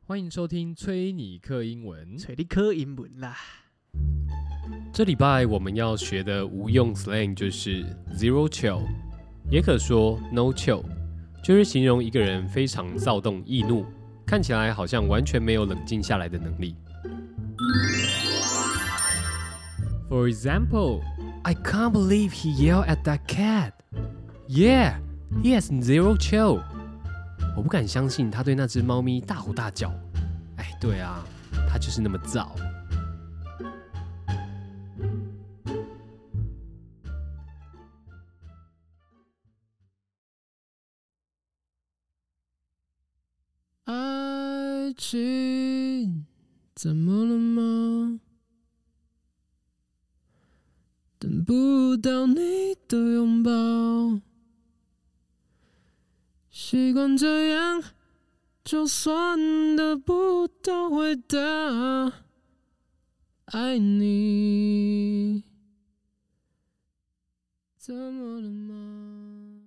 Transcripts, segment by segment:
欢迎收听崔尼克英文。 找你考英文啦。 这礼拜我们要学的无用 slang 就是 zero chill， 也可说 no chill， 就是形容一个人非常躁动易怒，看起来好像完全没有冷静下来的能力。For example, I can't believe he yelled at that cat. Yeah, he has zero chill. 我不敢相信他对那只猫咪大吼大叫。哎，对啊，他就是那么躁。 爱情怎么了吗？等不到你的拥抱，习惯这样，就算得不到回答。爱你怎么了吗？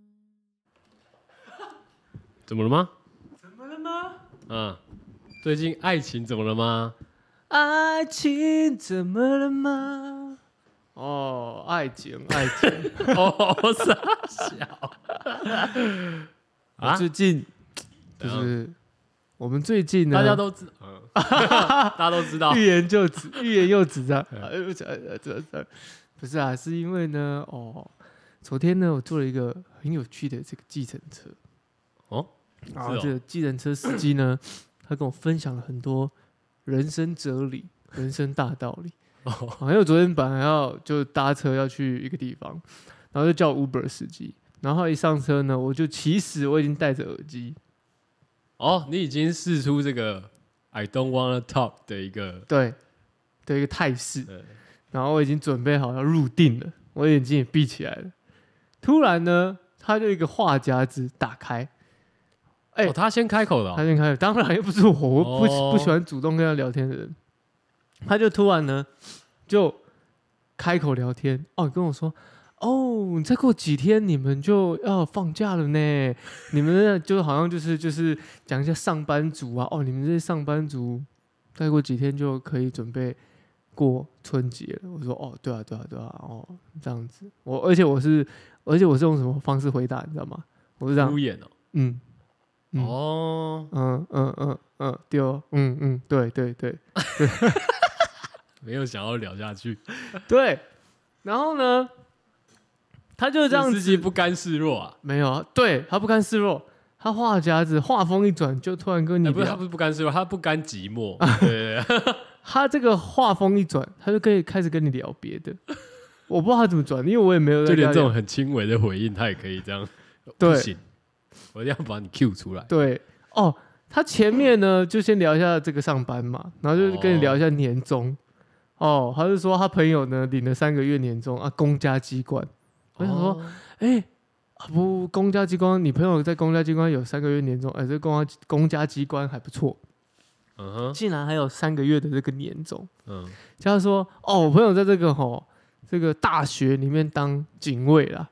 怎么了吗？ 怎么了吗？ 最近爱情怎么了吗？ 爱情怎么了吗？哦，爱情， 哦，傻小啊！最近就是我们最近呢， 大家都知，大家都知道， 欲言又止这样。不是啊，是因为呢，昨天呢，我坐了一个很有趣的这个计程车。然后这个计程车司机呢，他跟我分享了很多人生哲理、人生大道理。因为我昨天本来就搭车要去一个地方，然后就叫 Uber 司机，然后一上车呢，其实我已经戴着耳机。 你已经释出这个 I don't wanna talk 的一个一个态势，然后我已经准备好要入定了，我眼睛也闭起来了。突然呢，他就一个话匣子打开。 他先开口的， 他先开口，当然又不是我不喜欢主动跟他聊天的人。他就突然呢，就开口聊天，跟我说，再过几天你们就要放假了呢，你们就好像就是讲一下上班族啊，你们这些上班族，再过几天就可以准备过春节了。我说，对啊，这样子。而且我是用什么方式回答，你知道吗？我是这样敷衍对， 没有想要聊下去。 对，然后呢，他就这样子， 司机不甘示弱啊？ 没有啊，对他不甘示弱，他话匣子话锋一转，就突然跟你聊， 他不是不甘示弱，他不甘寂寞。对， 他这个话锋一转，他就可以开始跟你聊别的。我不知道他怎么转，因为我也没有， 就连这种很轻微的回应，他也可以这样。 对， 不行，我一定要把你 Q 出来。 对，他前面呢就先聊一下这个上班嘛，然后就跟你聊一下年终。他就说他朋友呢领了3个月年终啊，公家机关。我想说，不，公家机关，你朋友在公家机关有3个月年终，这公家机关还不错。竟然还有3个月的这个年终。他说，我朋友在这个大学里面当警卫啦。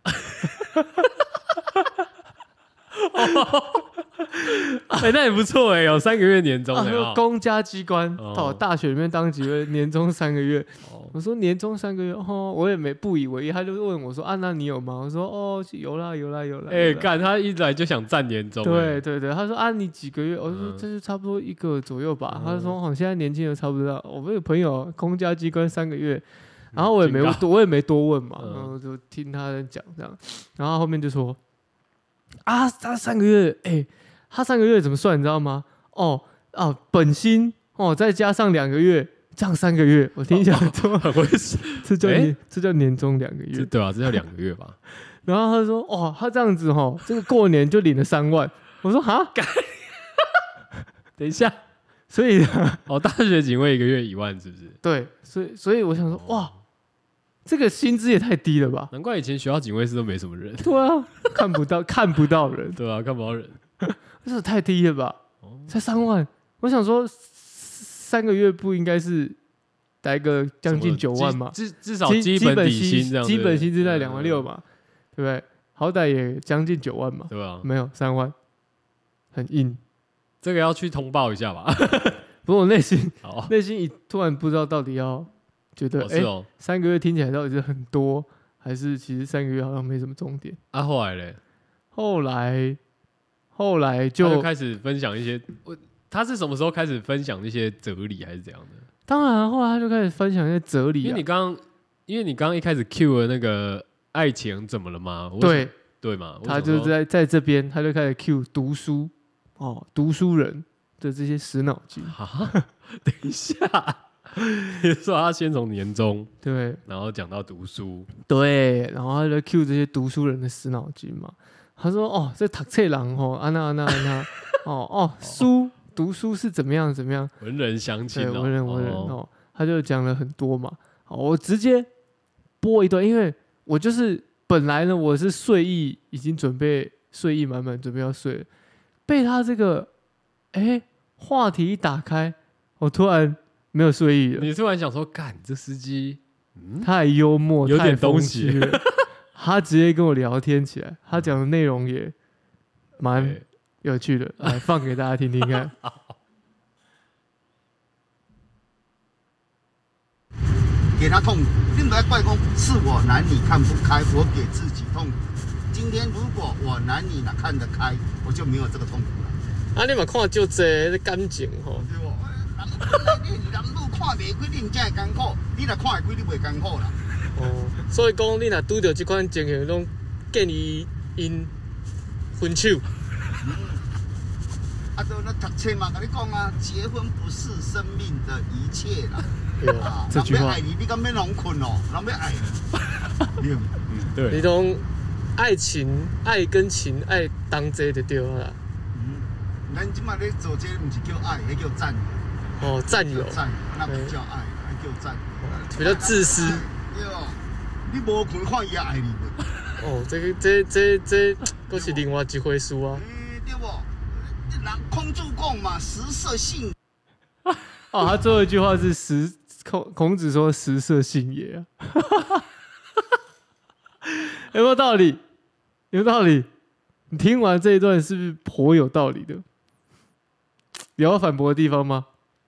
那也不错有3个月年终的。 公家机关到大学里面当几位，年终3个月。我说年终3个月，我也不以为意。他就问我说，那你有吗？我说有啦。 干，他一来就想占年终。 对，他说你几个月？我说这就差不多1个左右吧。他说现在年轻人差不多。我有朋友公家机关3个月，然后我也没多问嘛，然后就听他在讲这样，然后后面就说他3个月，他3个月怎么算？你知道吗？本薪再加上2个月，这样3个月。我听起来很会算， 这叫年终2个月， 对啊，这叫2个月吧。 然后他说他这样子这个过年就领了3万。我说等一下， 所以大学警卫1个月1万是不是？ 对，所以我想说这个薪资也太低了吧？ 难怪以前学校警卫室都没什么人。 对啊，看不到人。 对啊，看不到人， 这太低了吧？才3万。我想说3个月不应该是来个将近9万嘛？ 至少基本底薪这样， 基本薪资在2万6嘛，对不对？好歹也将近9万嘛， 对吧？ 没有3万，很硬。 这个要去通报一下吧。 不过我内心好， 突然不知道到底要觉得， 是哦。 3个月听起来到底是很多，还是其实3个月好像没什么重点？ 啊，后来嘞， 后来他就就开始分享一些，他是什么时候开始分享一些哲理还是怎样的？ 当然后来他就开始分享一些哲理、啊， 因为你刚刚一开始 Q 了那个爱情怎么了吗？对嘛， 他就在这边他就开始 Q 读书读书人的这些死脑筋。 等一下，你说他先从年终对， 然后讲到读书， 对，然后他就 cue 这些读书人的死脑筋嘛。他说：“哦，这读册人安那，读书是怎么样， 文人相亲对，文人他就讲了很多嘛。我直接播一段，因为我就是本来呢，我是睡意已经准备睡意满满，准备要睡了，被他这个话题一打开，我突然没有睡意了。 你突然想说，干这司机。 太幽默， 有点东西了。他直接跟我聊天起来，他讲的内容也蛮有趣的，来放给大家听听看。 给他痛苦，并不要怪公是我男女看不开，我给自己痛苦。今天如果我男女哪看得开，我就没有这个痛苦了。 啊，你嘛看就这感情吼。 对不？人路看袂开，你才会艰苦；你若看会开，你袂艰苦啦。 所以讲你若拄到这款情形，拢建议因分手。 都那读册嘛，跟你讲啊，结婚不是生命的一切啦。 这句话， 人要爱你，你敢免拢困哦？人要爱你， 对，你讲爱跟情爱同齐就对啦。 咱即马咧做这，不是叫爱，迄叫占有。 占有。 那不叫爱，那叫占有。 比较自私。 对哦，你无看看伊爱你无？ 这都是另外一回事啊。 对不？人孔子讲嘛，食色性。 他最后一句话是孔子说食色性也啊。有没有道理？有道理。你听完这一段是不是颇有道理的？有要反驳的地方吗？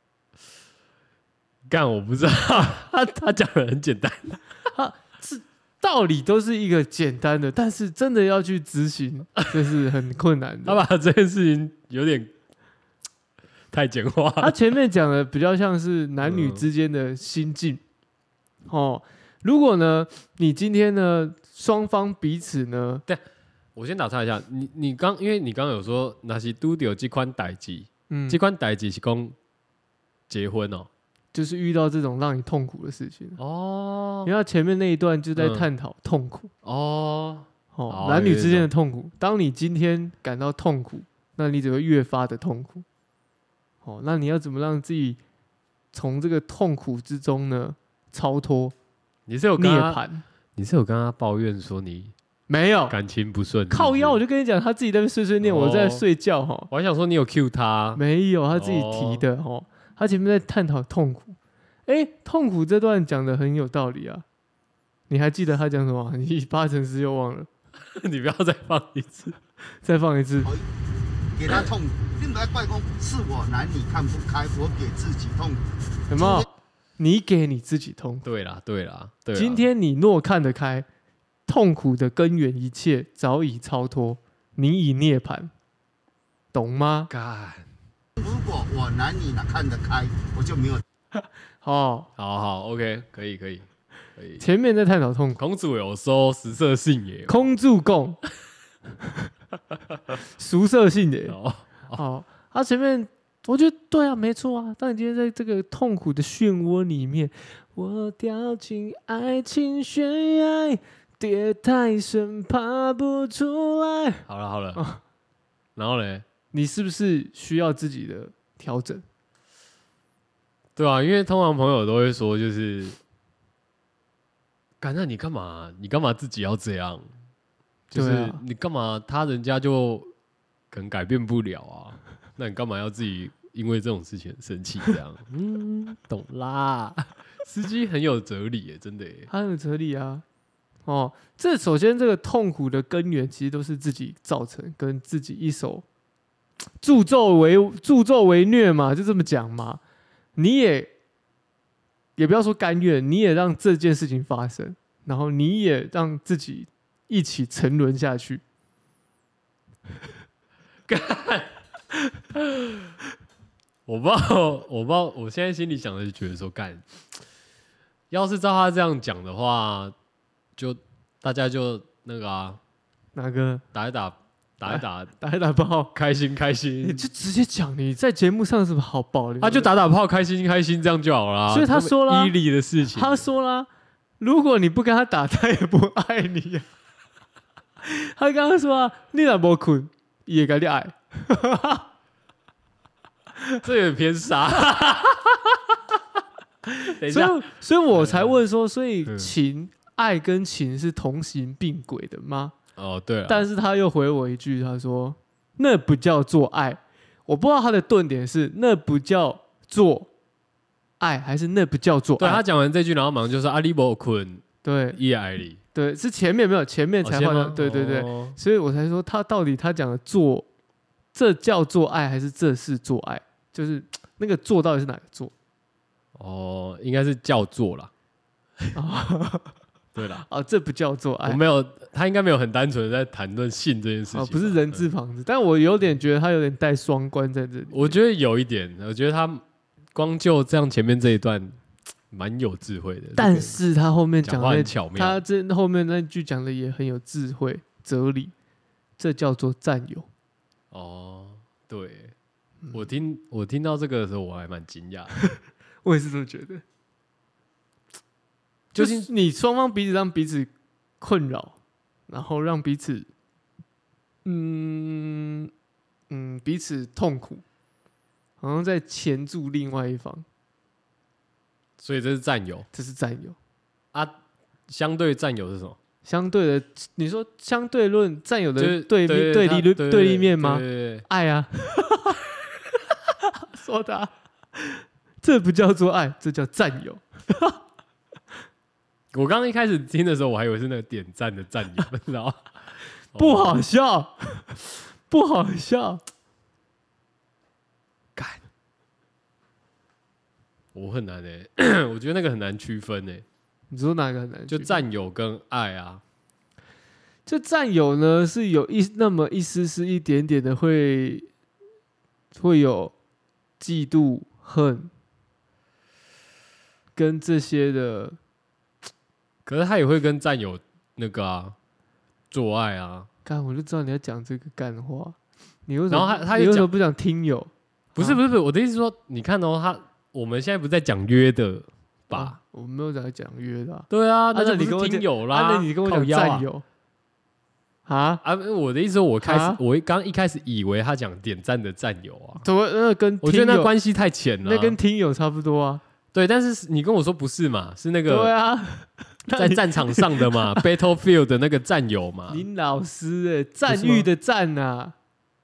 干，我不知道。他讲的很简单， 道理都是一个简单的，但是真的要去执行，这是很困难的。 他把这件事情有点太简化了。 他前面讲的比较像是男女之间的心境。如果呢，你今天呢，双方彼此呢， 对，我先打岔一下，因为你刚刚有说那是拄到这款代志，这款代志是讲结婚哦。 就是遇到这种让你痛苦的事情哦， 因为他前面那一段就在探讨痛苦男女之间的痛苦。当你今天感到痛苦，那你只会越发的痛苦。那你要怎么让自己从这个痛苦之中呢超脱？ 你是有涅槃？ 你是有跟他抱怨说你没有感情不顺？ 靠腰，我就跟你讲，他自己在那碎碎念，我在睡觉我还想说你有 cue 他， 没有，他自己提的他前面在探讨痛苦，痛苦这段讲的很有道理啊。你还记得他讲什么？你8成10又忘了。 你不要再放一次， 再放一次。 给他痛苦，并不要怪公是我男女看不开，我给自己痛苦。 有没有？你给你自己痛苦。 对啦。 今天你若看得开，痛苦的根源一切早已超脱，你已涅槃，懂吗？ 干。 如果我男女哪看得开，我就没有。 好 ，OK， 可以。 前面在探讨痛苦， 孔子有说食色性也， 空注共，食色性也。他前面我觉得对啊，没错啊。当你今天在这个痛苦的漩涡里面，我掉进爱情悬崖，跌太深爬不出来。 好了，然后呢？ 你是不是需要自己的调整？ 对啊，因为通常朋友都会说，就是干，那你干嘛？你干嘛自己要这样？就是你干嘛？人家就可能改变不了啊。那你干嘛要自己因为这种事情很生气？这样，懂啦。司机很有哲理耶，真的耶。 他很有哲理啊。首先这个痛苦的根源其实都是自己造成，跟自己一手助纣为虐嘛，就这么讲嘛。你也不要说甘愿，你也让这件事情发生，然后你也让自己一起沉沦下去。 我不知道，我现在心里想的就觉得说，干，要是照他这样讲的话，就大家就那个啊， 哪个打一打炮， 开心开你心， 就直接讲你在节目上有什么好爆料的？ 他就打炮，开心开心，这样就好了。 所以他说了伊犁的事情， 他说啦，如果你不跟他打，他也不爱你呀、他刚刚说啊，你若无困，伊会跟你爱。 这有点偏傻。等一下， 所以我才问说，所以嗯爱跟情是同行并轨的吗？ 哦对了， 但是他又回我一句，他说那不叫做爱。我不知道他的顿点是那不叫做爱，还是那不叫做爱。 对他讲完这句，然后马上就说阿里伯困对伊爱里， 对，是前面没有，前面才换的。对对对， 哦所以我才说他到底他讲的做，这叫做爱还是这是做爱？就是那个做到底是哪个做？ 哦，应该是叫做啦。对啦， 哦，这不叫做爱我。没有，他应该没有很单纯的在谈论性这件事情吧。 哦，不是人字旁子，但我有点觉得他有点带双关在这里。 我觉得有一点，我觉得他光就这样前面这一段蛮有智慧的， 但是他后面讲话讲的很巧妙。 他这后面那句讲的也很有智慧、哲理，这叫做占有。 哦，对，我听到这个的时候，我还蛮惊讶的。 我也是这么觉得。就是你双方彼此让彼此困扰，然后让彼此，彼此痛苦，好像在钳住另外一方， 所以这是占有这是占有。 啊，相对占有是什么？ 相对的，你说相对论占有就是的对立面吗？ 对， 爱啊，说的、啊，这不叫做爱，这叫占有。 我刚刚一开始听的时候，我还以为是那个点赞的占有，你知道吗？ 不好笑，不好笑。 我很难欸我觉得那个很难区分欸你说哪个很难？ 就占有跟爱啊。 就占有呢，是有那么一丝丝一点点的会有嫉妒、恨跟这些的， 可是他也会跟占有那个啊做爱啊。 干我就知道你要讲这个干话，你为什然么后他也讲你为什么不讲听友？ 不是，我的意思是说，你看哦，我们现在不是在讲约的吧？ 啊我们没有在讲约的、啊。 对啊， 那就不是你跟我讲听友啦， 那你跟我讲靠腰啊占有啊？ 我的意思说，我啊刚一开始以为他讲点赞的占有啊， 怎么那跟我觉得听友那关系太浅了啊。 那跟听友差不多啊？ 对，但是你跟我说不是嘛？是那对个啊， 在战场上的嘛，Battlefield 的那个战友嘛。 林老师赞誉的赞啊，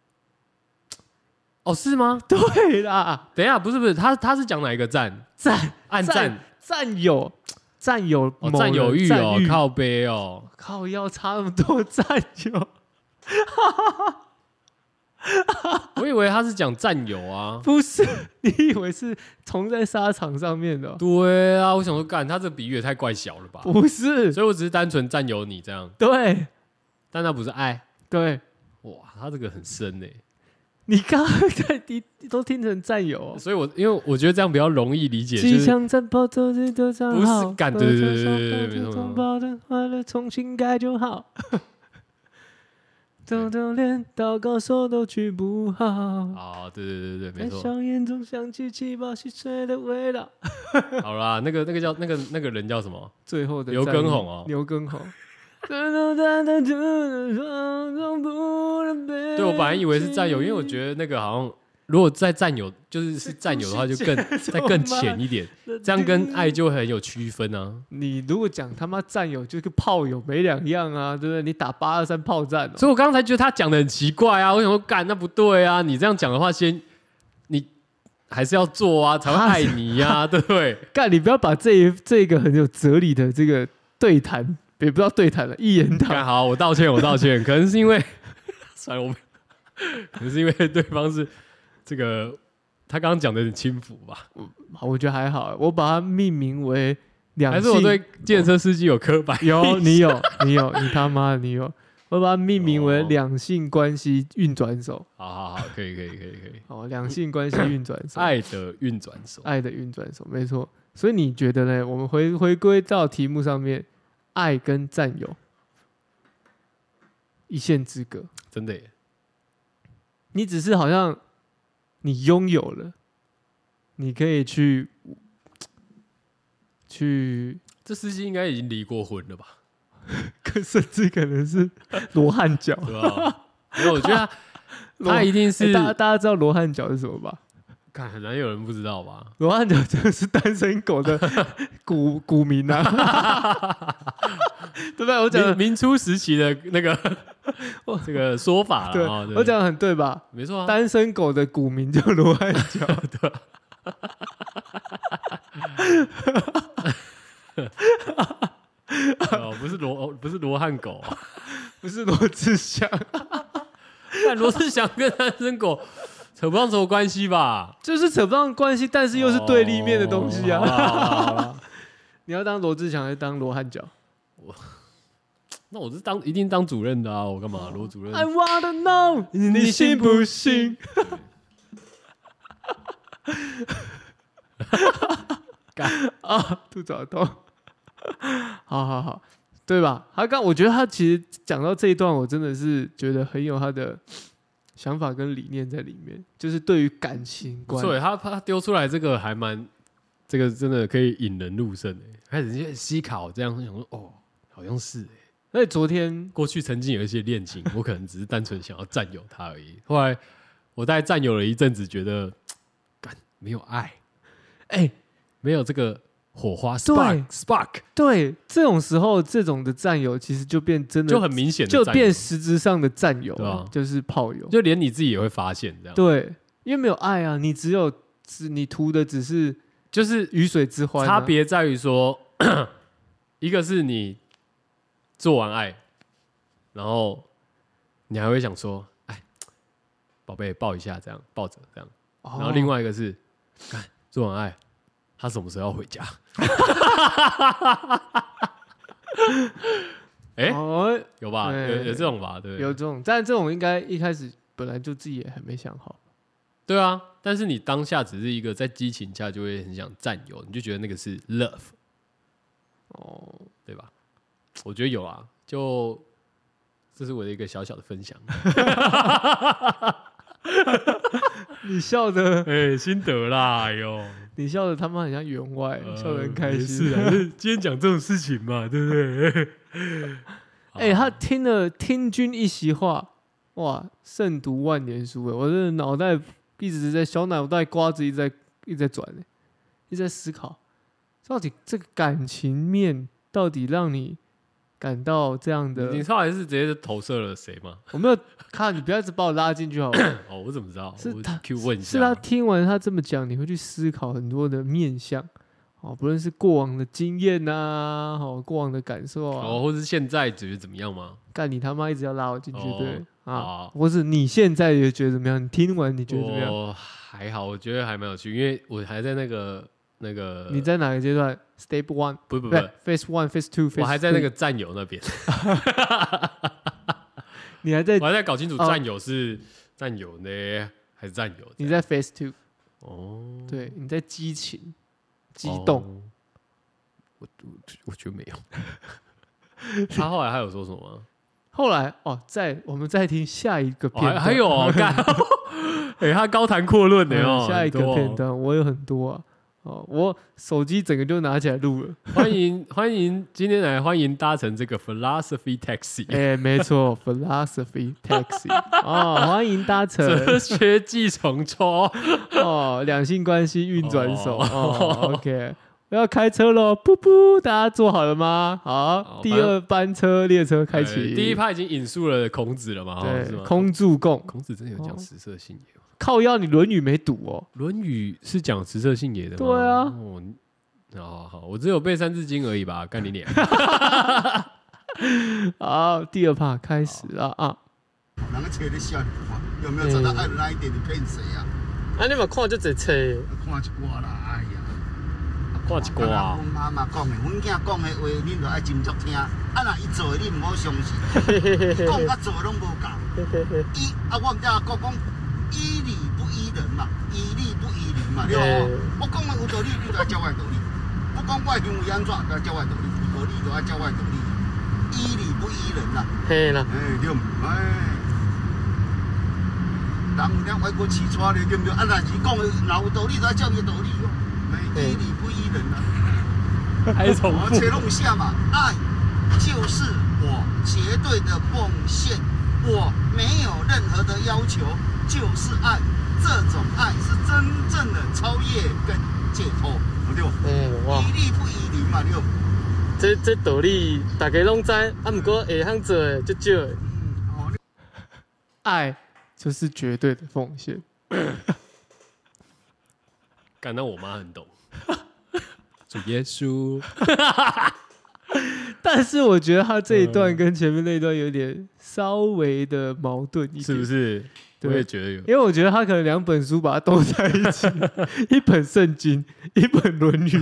哦，是吗？ 对啦， 等一下，不是，他是讲哪一个赞？暗赞占有哦，占有欲哦， 占靠背哦。 靠腰差那么多占有， 我以为他是讲占有啊。 不是？你以为是从在沙场上面的哦？ 对啊，我想说，干他这比喻也太怪小了吧？ 不是， 所以我只是单纯占有你这样， 对但那不是爱。 对， 哇，他这个很深欸你刚刚在都听成占有哦。 所以因为我觉得这样比较容易理解，就机是枪战炮都是都站好， 不是干对没错同胞的快乐重新改就好。偷偷连祷告手都举不好， 啊，对，没在错。 硝烟中响起气泡细碎的味道。 好啦，那个叫那个人叫什么？ 最后的刘畊宏哦刘畊宏。对对我本来以为是占有，因为我觉得那个好像如果在占有是占有的话，就再更浅一点，这样跟爱就会很有区分啊。 你如果讲他妈占有，就跟炮友没两样啊，对不对？你打823炮战哦， 所以我刚才觉得他讲的很奇怪啊，我想说干那不对啊，你这样讲的话，你还是要做啊，才会爱你呀、对不对？ 干你不要把这个很有哲理的这个对谈，也不知道对谈了，一言堂。 干好，我道歉，可能是因为算了， 可能是因为对方是这个，他刚刚讲的很轻浮吧？ 我觉得还好，我把它命名为两性。 还是我对计程车司机有刻板？ 有，你他妈的你有。我把它命名为两性关系运转手。 好，可以。 好，两性关系运转手， 爱的运转手， 爱的运转手，没错。所以你觉得呢？我们回归到题目上面，爱跟占有一线之隔， 真的耶。 你只是好像你拥有了，你可以去， 这司机应该已经离过婚了吧？ 甚至可能是罗汉脚， 对吧？因为我觉得他一定是大家知道罗汉脚是什么吧？ 看很难有人不知道吧？ 罗汉脚就是单身狗的股民啊，对不对？我讲明初时期的那个这个说法了， 对，我讲的很对吧？ 没错啊， 单身狗的股民叫罗汉脚， 对。不是罗汉狗啊， 不是罗志祥， 但罗志祥跟单身狗扯不上什么关系吧？ 就是扯不上关系，但是又是对立面的东西啊。 好你要当罗志祥还是当罗汉脚？ 那我是一定当主任的啊！我干嘛？罗主任 ？I wanna know， 你信不信？啊，肚子好痛。好，对吧？我觉得他其实讲到这一段，我真的是觉得很有他的想法跟理念在里面，就是对于感情观。 对，他丢出来这个还蛮，这个真的可以引人入胜开始去思考，这样想说，哦，好像是而且昨天过去曾经有一些恋情，我可能只是单纯想要占有他而已。后来我大概占有了一阵子，觉得，没有爱，没有这个。火花 spark， 对，这种时候这种的占有其实就变真的就很明显的， 就变实质上的占有， 对啊， 就是炮友， 就连你自己也会发现这样。 对，因为没有爱啊，你图的只是就是鱼水之欢， 差别在于说，一个是你做完爱，然后你还会想说，哎，宝贝抱一下，这样抱着这样，然后另外一个是，看做完爱。他什么时候要回家？有吧？有这种吧？对， 有这种，但这种应该一开始本来就自己也还没想好。 对啊，但是你当下只是一个在激情下就会很想占有，你就觉得那个是 love， 对吧？我觉得有啊，就这是我的一个小小的分享。 你笑的心得啦，哎呦， 你笑的他妈很像员外，笑得很开心。 是啊，今天讲这种事情嘛，对不对？他听君一席话，哇，胜读万年书。我的脑袋一直在小脑袋瓜子一直在转，一直在思考，到底这个感情面到底让你感到这样的？ 你后来是直接投射了谁吗？ 我没有看，你不要一直把我拉进去好了。 我怎么知道？ 是他问一下， 是他听完他这么讲，你会去思考很多的面向，不论是过往的经验啊，过往的感受啊， 或是现在觉得怎么样吗？ 干你他妈一直要拉我进去，对啊，或是你现在也觉得怎么样？你听完你觉得怎么样？ 还好，我觉得还蛮有趣，因为我还在那个。 你在哪个阶段 ？Step 1， 不 ，Phase 1 ，Phase 2，我还在那个占有那边。 你还在？ 我还在搞清楚占有是占有呢，还是占有？ 你在 Phase 2。对，你在激情、激动。 我觉得没有。他后来还有说什么吗？ 后来我们再听下一个片段。 还有干，他高谈阔论的下一个片段我有很多啊。我手机整个就拿起来录了。 欢迎，今天来欢迎搭乘这个 Philosophy Taxi。 没错 ，Philosophy Taxi。欢迎搭乘哲学计程车。 两性关系运转手。OK， 我要开车喽，噗噗，大家坐好了吗？好，第二班列车开启。 第一趴已经引述了孔子了嘛？ 对，空注共。 孔子真的有讲食色性也。 靠腰，你《论语》没读哦？ 《论语》是讲食色性也的吗？ 对啊。好，我只有背《三字经》而已吧，干你脸。 好，第二趴开始了啊。 然人家找你笑你看，有没有找到爱的那一点？你骗谁啊？ 啊，你嘛看这侪册， 看一寡啦，哎呀， 看一寡啊阮妈妈讲的，阮囝讲的话，恁就爱斟酌听。啊，若伊做的，你唔好相信。讲甲做拢无共。我唔知啊，讲依理不依人嘛，依理不依人嘛，对无？我讲的有道理，你就要照我的道理；我讲我的行为安怎，就要照我的道理；有道理就要照我的道理。依理不依人啦。 嘿啦， 对，人两外国起错了，对不对？啊，若是讲的若有道理，就要照伊的道理咯。依理不依人啦。 还重复， 而且弄下嘛，爱就是我绝对的奉献，我没有任何的要求，就是爱。这种爱是真正的超越跟解脱，对不？ 哇， 依理不依人嘛，对。 这道理大家拢知，啊，不过会晓做的就少的。爱就是绝对的奉献。 感到我妈很懂。主耶稣， 但是我觉得他这一段跟前面那一段有点稍微的矛盾一点， 是不是？我也觉得有， 因为我觉得他可能两本书把它兜在一起，一本圣经，一本论语，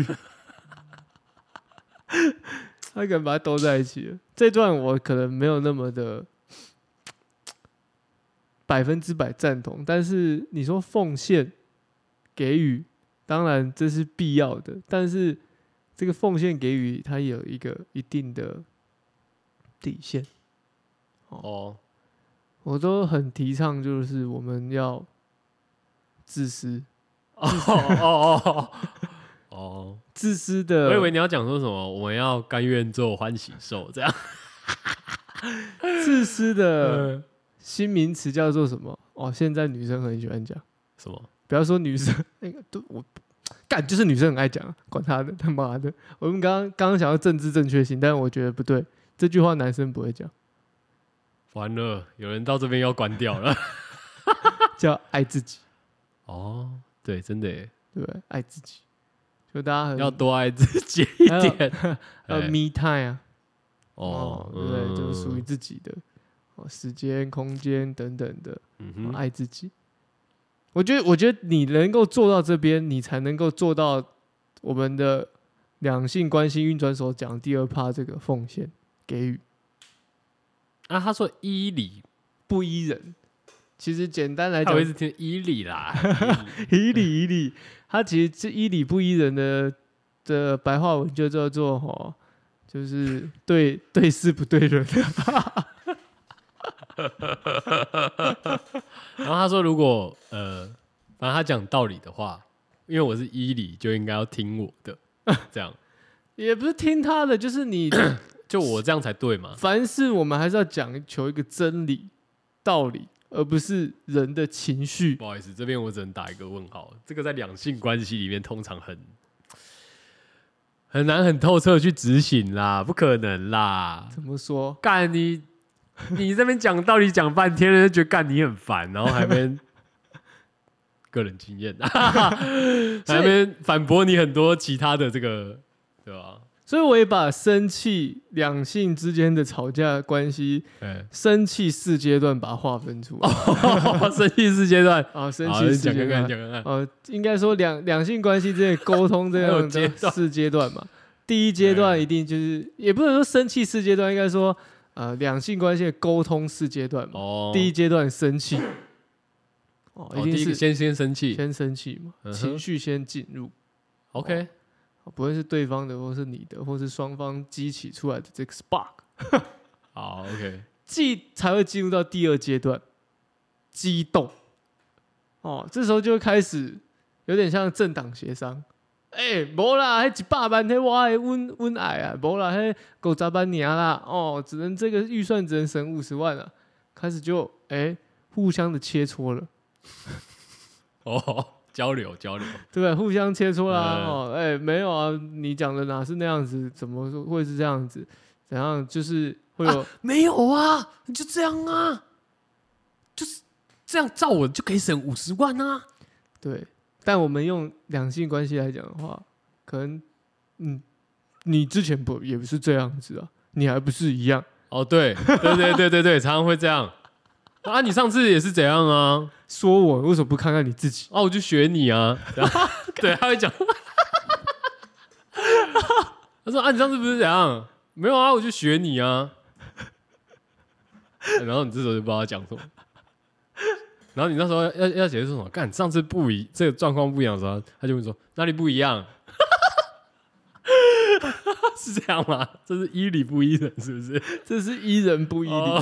他可能把它兜在一起了。这段我可能没有那么的100%赞同，但是你说奉献给予，当然这是必要的，但是这个奉献给予它有一个一定的底线。 哦， 我都很提倡，就是我们要自私。 哦， 自私的。 我以为你要讲说什么，我们要甘愿做欢喜兽这样。 自私的新名词叫做什么？哦，现在女生很喜欢讲什么？ 不要说女生，那个都我干，就是女生很爱讲，管他的，他妈的！我们刚刚想要政治正确性，但是我觉得不对，这句话男生不会讲。 完了，有人到这边要关掉了。 叫爱自己。 哦，对，真的耶， 对不对？爱自己，就大家要多爱自己一点。 me time 啊，对不对？就是属于自己的时间、空间等等的，爱自己。我觉得你能够做到这边，你才能够做到我们的两性关系运转所讲第2 part 这个奉献给予。 啊，他说依理不依人，其实简单来讲， 我一直听依理啦， 依理，他其实是依理不依人的白话文就叫做就是对事不对人。 然后他说，如果反正他讲道理的话，因为我是依理，就应该要听我的，这样也不是听他的，就是你就我这样才对嘛。 凡事我们还是要讲求一个真理、道理，而不是人的情绪。 不好意思，这边我只能打一个问号。这个在两性关系里面通常很难很透彻去执行啦，不可能啦。 怎么说？ 干你这边讲道理讲半天了，就觉得干你很烦，然后还没个人经验，还没反驳你很多其他的这个，对吧？ 所以我也把生气两性之间的吵架关系，生气4阶段把它划分出来。 生气4阶段啊，生气4阶段， 讲看看。 应该说两性关系之间的沟通这样的4阶段嘛。第1阶段一定就是，也不能说生气4阶段，应该说两性关系的沟通4阶段嘛。第1阶段生气，一定是先生气， 先生气嘛，情绪先进入。 OK。 不论是对方的，或是你的，或是双方激起出来的这个 spark， 好 ，OK， 才会进入到第2阶段，激动。这时候就会开始有点像政党协商。没啦，那100万那我的温爱啊，没啦，那50万年啦，只能这个预算只能省50万啊，开始就互相的切磋了。 交流， 对不对？互相切磋啦，没有啊，你讲的哪是那样子？怎么会是这样子？怎样就是会有？ 没有啊，你就这样啊，就是这样，照我就可以省50万啊。 对，但我们用两性关系来讲的话，可能你之前也不是这样子啊，你还不是一样？ 对，常常会这样。 啊，你上次也是怎样啊？ 说我为什么不看看你自己？ 啊，我就学你啊。对，他会讲。他说啊，你上次不是怎样？没有啊，我就学你啊。然后你这时候就不知道他讲什么。然后你那时候要解释说什么？干，上次这个状况不一样的时候，他就会说哪里不一样？是这样吗？这是依理不依人，是不是？ 这是依人不依理。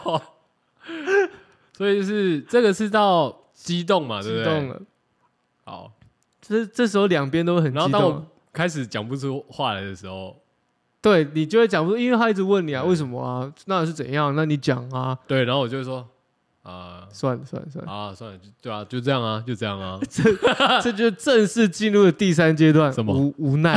所以就是这个是到激动嘛，对不对？ 激动了。 好， 这时候两边都很激动。 然后当我开始讲不出话来的时候， 对你就会讲不出，因为他一直问你啊，为什么啊？那是怎样？那你讲啊。 对，然后我就会说算了啊，算了，对啊，就这样啊，就这样啊。 这就正式进入了第3阶段， 什么无奈。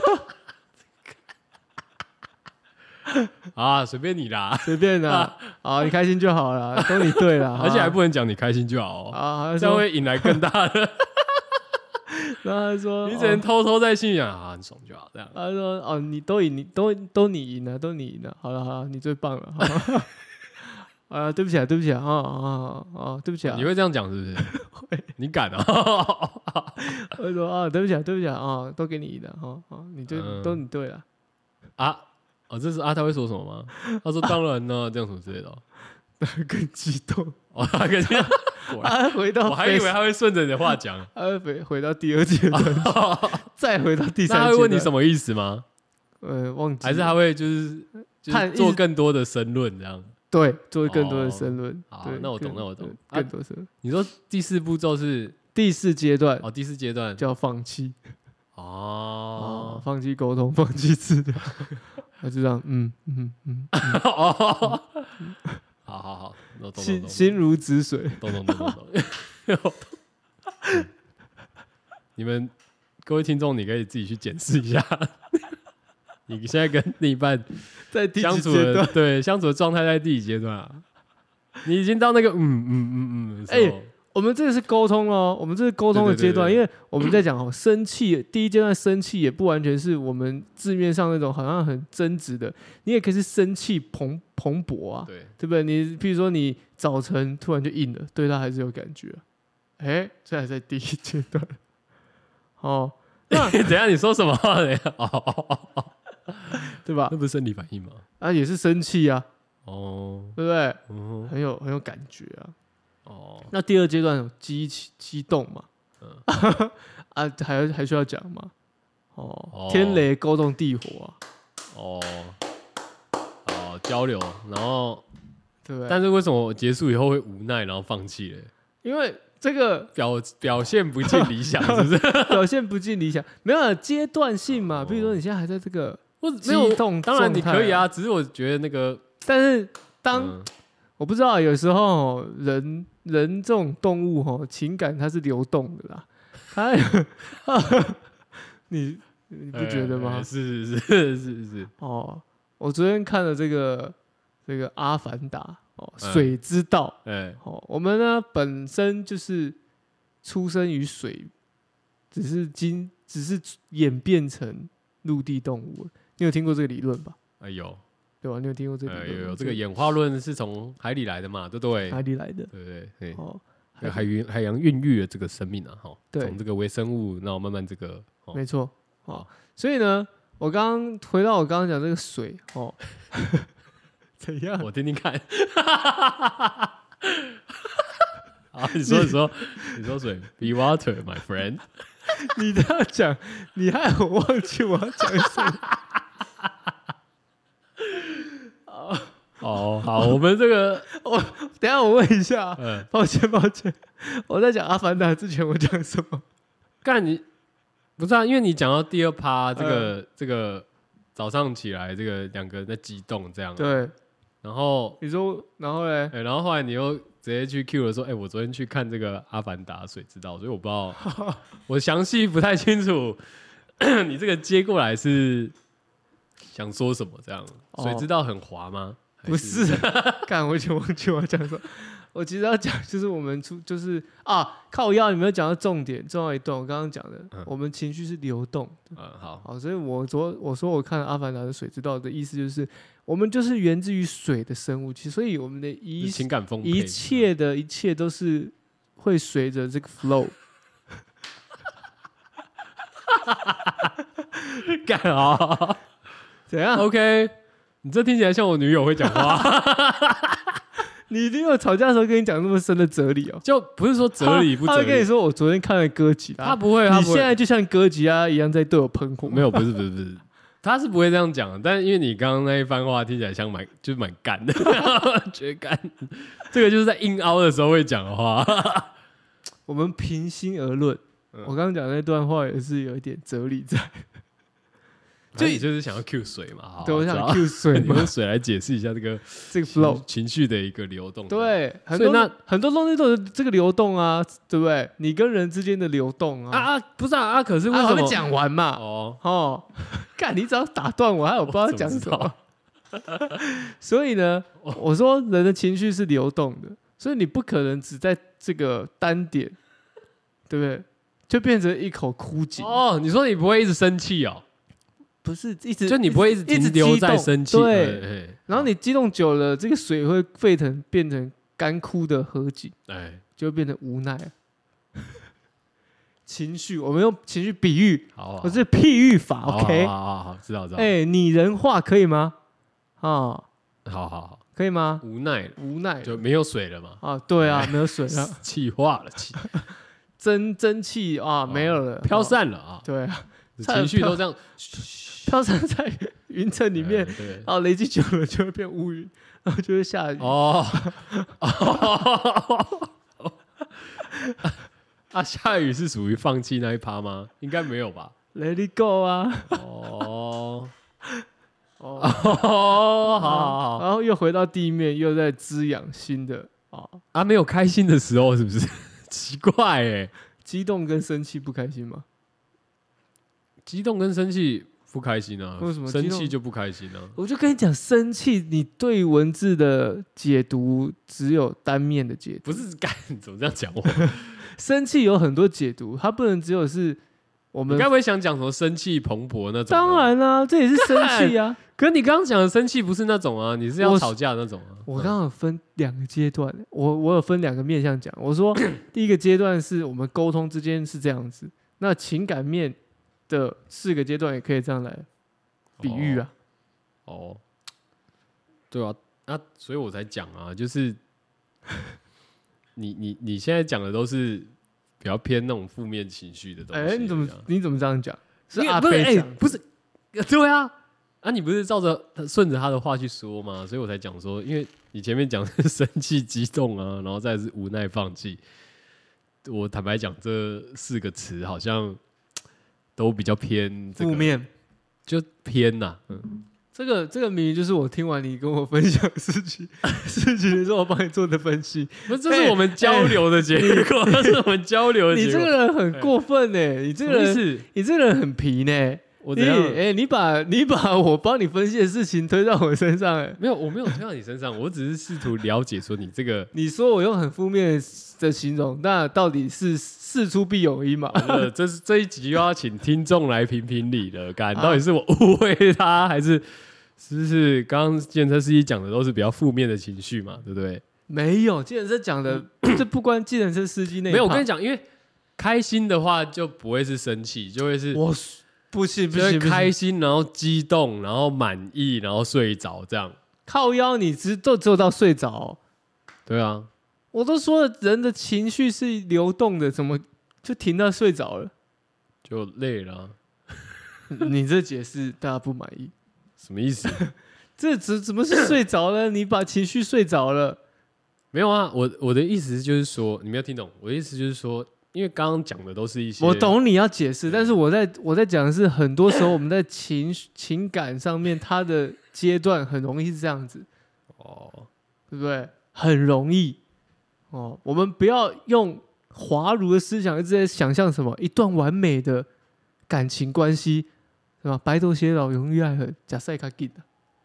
啊，随便你啦， 随便啦，好，你开心就好了，都你对了， 而且还不能讲你开心就好啊， 这样会引来更大的。 然后他说， 你只能偷偷在心里想啊，很爽就好这样。 他说哦，你都赢，都你赢了，都你赢了，好了，你最棒了。啊，对不起啊，对不起啊，对不起啊。 你会这样讲是不是？你敢啊？ 我说啊，对不起啊，对不起啊，都给你赢了，你都你对了啊。这是他会说什么吗？他说当然呢，这样什么之类的。 更激动他更激动。 回到， 我还以为他会顺着你的话讲。 他会回到第2阶段，再回到第3阶段。 他会问你什么意思吗？ 忘记。 还是他会就是做更多的申论这样？ 对，做更多的申论。 好，那我懂。 更多申论。 你说第4步骤是第4阶段？ 第4阶段叫放弃。放弃沟通，放弃治疗。他就这样， 好， 心如止水， 懂。你们各位听众，你可以自己去检视一下，你现在跟另一半在第相处的相处的状态在第几阶段啊？你已经到那个我们这个是沟通哦，我们这是沟通的阶段，因为我们在讲生气，第1阶段生气也不完全是我们字面上那种好像很争执的，你也可以是生气蓬勃啊，对不对？你譬如说你早晨突然就硬了，对他还是有感觉，这还在第1阶段。 那等一下你说什么话呢？ 对吧？ 那不是生理反应吗？ 也是生气啊，对不对？很有感觉啊。那第2阶段有激动嘛？还需要讲吗？天雷勾动地火啊！交流，然后对不对？ 但是为什么结束以后会无奈，然后放弃嘞？ 因为这个表现不尽理想，是不是？ 表现不尽理想，没有阶段性嘛？比如说你现在还在这个激动， 当然你可以啊，只是我觉得那个， 但是我不知道，有时候人这种动物情感它是流动的啦，你不觉得吗？ 是我昨天看了这个《阿凡达》水之道，我们呢本身就是出生于水，只是演变成陆地动物。你有听过这个理论吧？ 有。 对吧？你有听过这个理论？ 有这个演化论是从海里来的嘛？对不对？ 海里来的， 对。海洋孕育了这个生命啊，从这个微生物，然后慢慢这个， 没错，所以呢，回到我刚刚讲这个水，怎样？ 我听听看。好，你说水 ，Be water, my friend。 你这样讲，你害我忘记我要讲什么。 好，我们这个， 等一下我问一下，抱歉，我在讲《阿凡达》之前我讲什么？ 干你不是啊？因为你讲到第2趴，这个早上起来，这个2个人在激动这样， 对。 然后你说，然后嘞？ 然后后来你又直接去 Q 了说，我昨天去看这个《阿凡达》水之道，所以我不知道，我详细不太清楚，你这个接过来是想说什么？这样水之道很滑吗？ 不是，干，我已经忘记我要讲什么。 我其实要讲就是我们就是靠腰，你没有讲到重点，重要一段我刚刚讲的，我们情绪是流动的。好，所以我说我看了《阿凡达》的水之道的意思就是，我们就是源自于水的生物，所以我们的情感丰沛， 一切都是会随着这个 flow。 干啊！ 怎样 ？OK， 你这听起来像我女友会讲话。 你女友吵架的时候跟你讲那么深的哲理哦？ 就不是说哲理不哲理， 他会跟你说我昨天看了哥吉拉， 他不会， 你现在就像哥吉拉一样在对我喷火。 没有，不是，他是不会这样讲的。但是因为你刚刚那一番话听起来像就是蛮干的，觉得干。这个就是在硬凹的时候会讲的话。 我们平心而论，我刚刚讲的那段话也是有一点哲理在。 就是想要 Q 水嘛， 对，我想 Q 水嘛， 用水来解释一下这个 flow 情绪的一个流动。 对，很多东西都有这个流动啊，对不对？你跟人之间的流动啊， 不是啊，可是为什么还没讲完嘛？干，你只要打断我，还有不知道讲什么。所以呢，我说人的情绪是流动的，所以你不可能只在这个单点，对不对？就变成一口枯井。 你说你不会一直生气哦？ 不是一直， 就你不会一直停留在生气， 对。然后你激动久了，这个水会沸腾，变成干枯的河井，就会变成无奈。情绪，我们用情绪比喻，我是譬喻法 ，OK？ 好，知道。 拟人化可以吗？好，可以吗？ 无奈就没有水了嘛？ 对啊，没有水了， 气化了， 蒸汽没有了， 飘散了啊！ 对啊， 情绪都这样。 飘散在云层里面，累积久了就会变乌云，然后就会下雨。 下雨是属于放弃那一趴吗？应该没有吧 ？Let it go 啊！ 好， 然后又回到地面，又在滋养新的没有开心的时候是不是？奇怪哎， 激动跟生气不开心吗？ 激动跟生气不开心啊？ 为什么生气就不开心啊？ 我就跟你讲，生气你对文字的解读只有单面的解读。 不是，干怎么这样讲我？ 生气有很多解读，它不能只有是我们。 你该不会想讲什么生气蓬勃那种？ 当然啦，这也是生气啊。 可是你刚刚讲的生气不是那种啊，你是要吵架的那种啊。 我刚刚有分两个阶段，我有分两个面向讲。我说第一个阶段是我们沟通之间是这样子，那情感面的4个阶段也可以这样来比喻啊。 对啊，所以我才讲啊，就是你现在讲的都是比较偏那种负面情绪的东西。 你怎么这样讲？是阿飞讲，不是？对啊，你不是顺着他的话去说吗？所以我才讲说，因为你前面讲是生气、激动啊，然后再是无奈、放弃。我坦白讲，这4个词好像都比较偏负面， 就偏呐。 这个明明就是我听完你跟我分享事情的时候，我帮你做的分析。 不是，这是我们交流的结果，这是我们交流的结果。 你这个人很过分呢，你这个人很皮呢。你把我帮你分析的事情推到我身上， 没有，我没有推到你身上，我只是试图了解说你这个。 你说我用很负面的形容，那到底是事出必有因嘛？ 这一集又要请听众来评评理了，到底是我误会他，还是不是刚刚计程车司机讲的都是比较负面的情绪嘛？对不对？ 没有，计程车讲的这不关计程车司机那一。 没有，我跟你讲，因为开心的话就不会是生气，就会是不行， 开心，然后激动，然后满意，然后睡着，这样靠腰，你只有到睡着。 对啊， 我都说了，人的情绪是流动的，怎么就停到睡着了？ 就累了啊。 你这解释大家不满意， 什么意思？ 这怎么是睡着了？你把情绪睡着了？ 没有啊，我的意思就是说，你没有听懂。我的意思就是说，因为刚刚讲的都是一些， 我懂你要解释，但是我在讲的是，很多时候我们在情感上面，它的阶段很容易是这样子，对不对？很容易我们不要用滑儒的思想一直在想象什么一段完美的感情关系，是吧？白头偕老，永浴爱河，假赛卡吉的，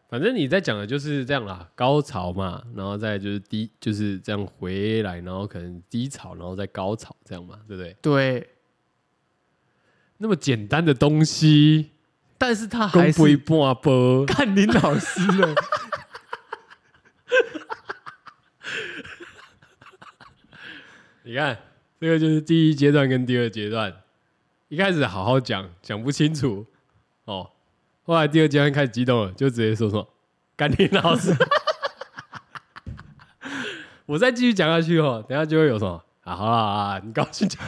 反正你在讲的就是这样啦，高潮嘛，然后再就是就是这样回来，然后可能低潮，然后再高潮，这样嘛，对不对？ 对， 那么简单的东西， 但是他还是半波， 看林老师了。 你看，这个就是第一阶段跟第二阶段，一开始好好讲不清楚哦，后来第二阶段开始激动了，就直接说什么甘霖老师，我再继续讲下去哦，等一下就会有什么啊，好啦，你高兴讲。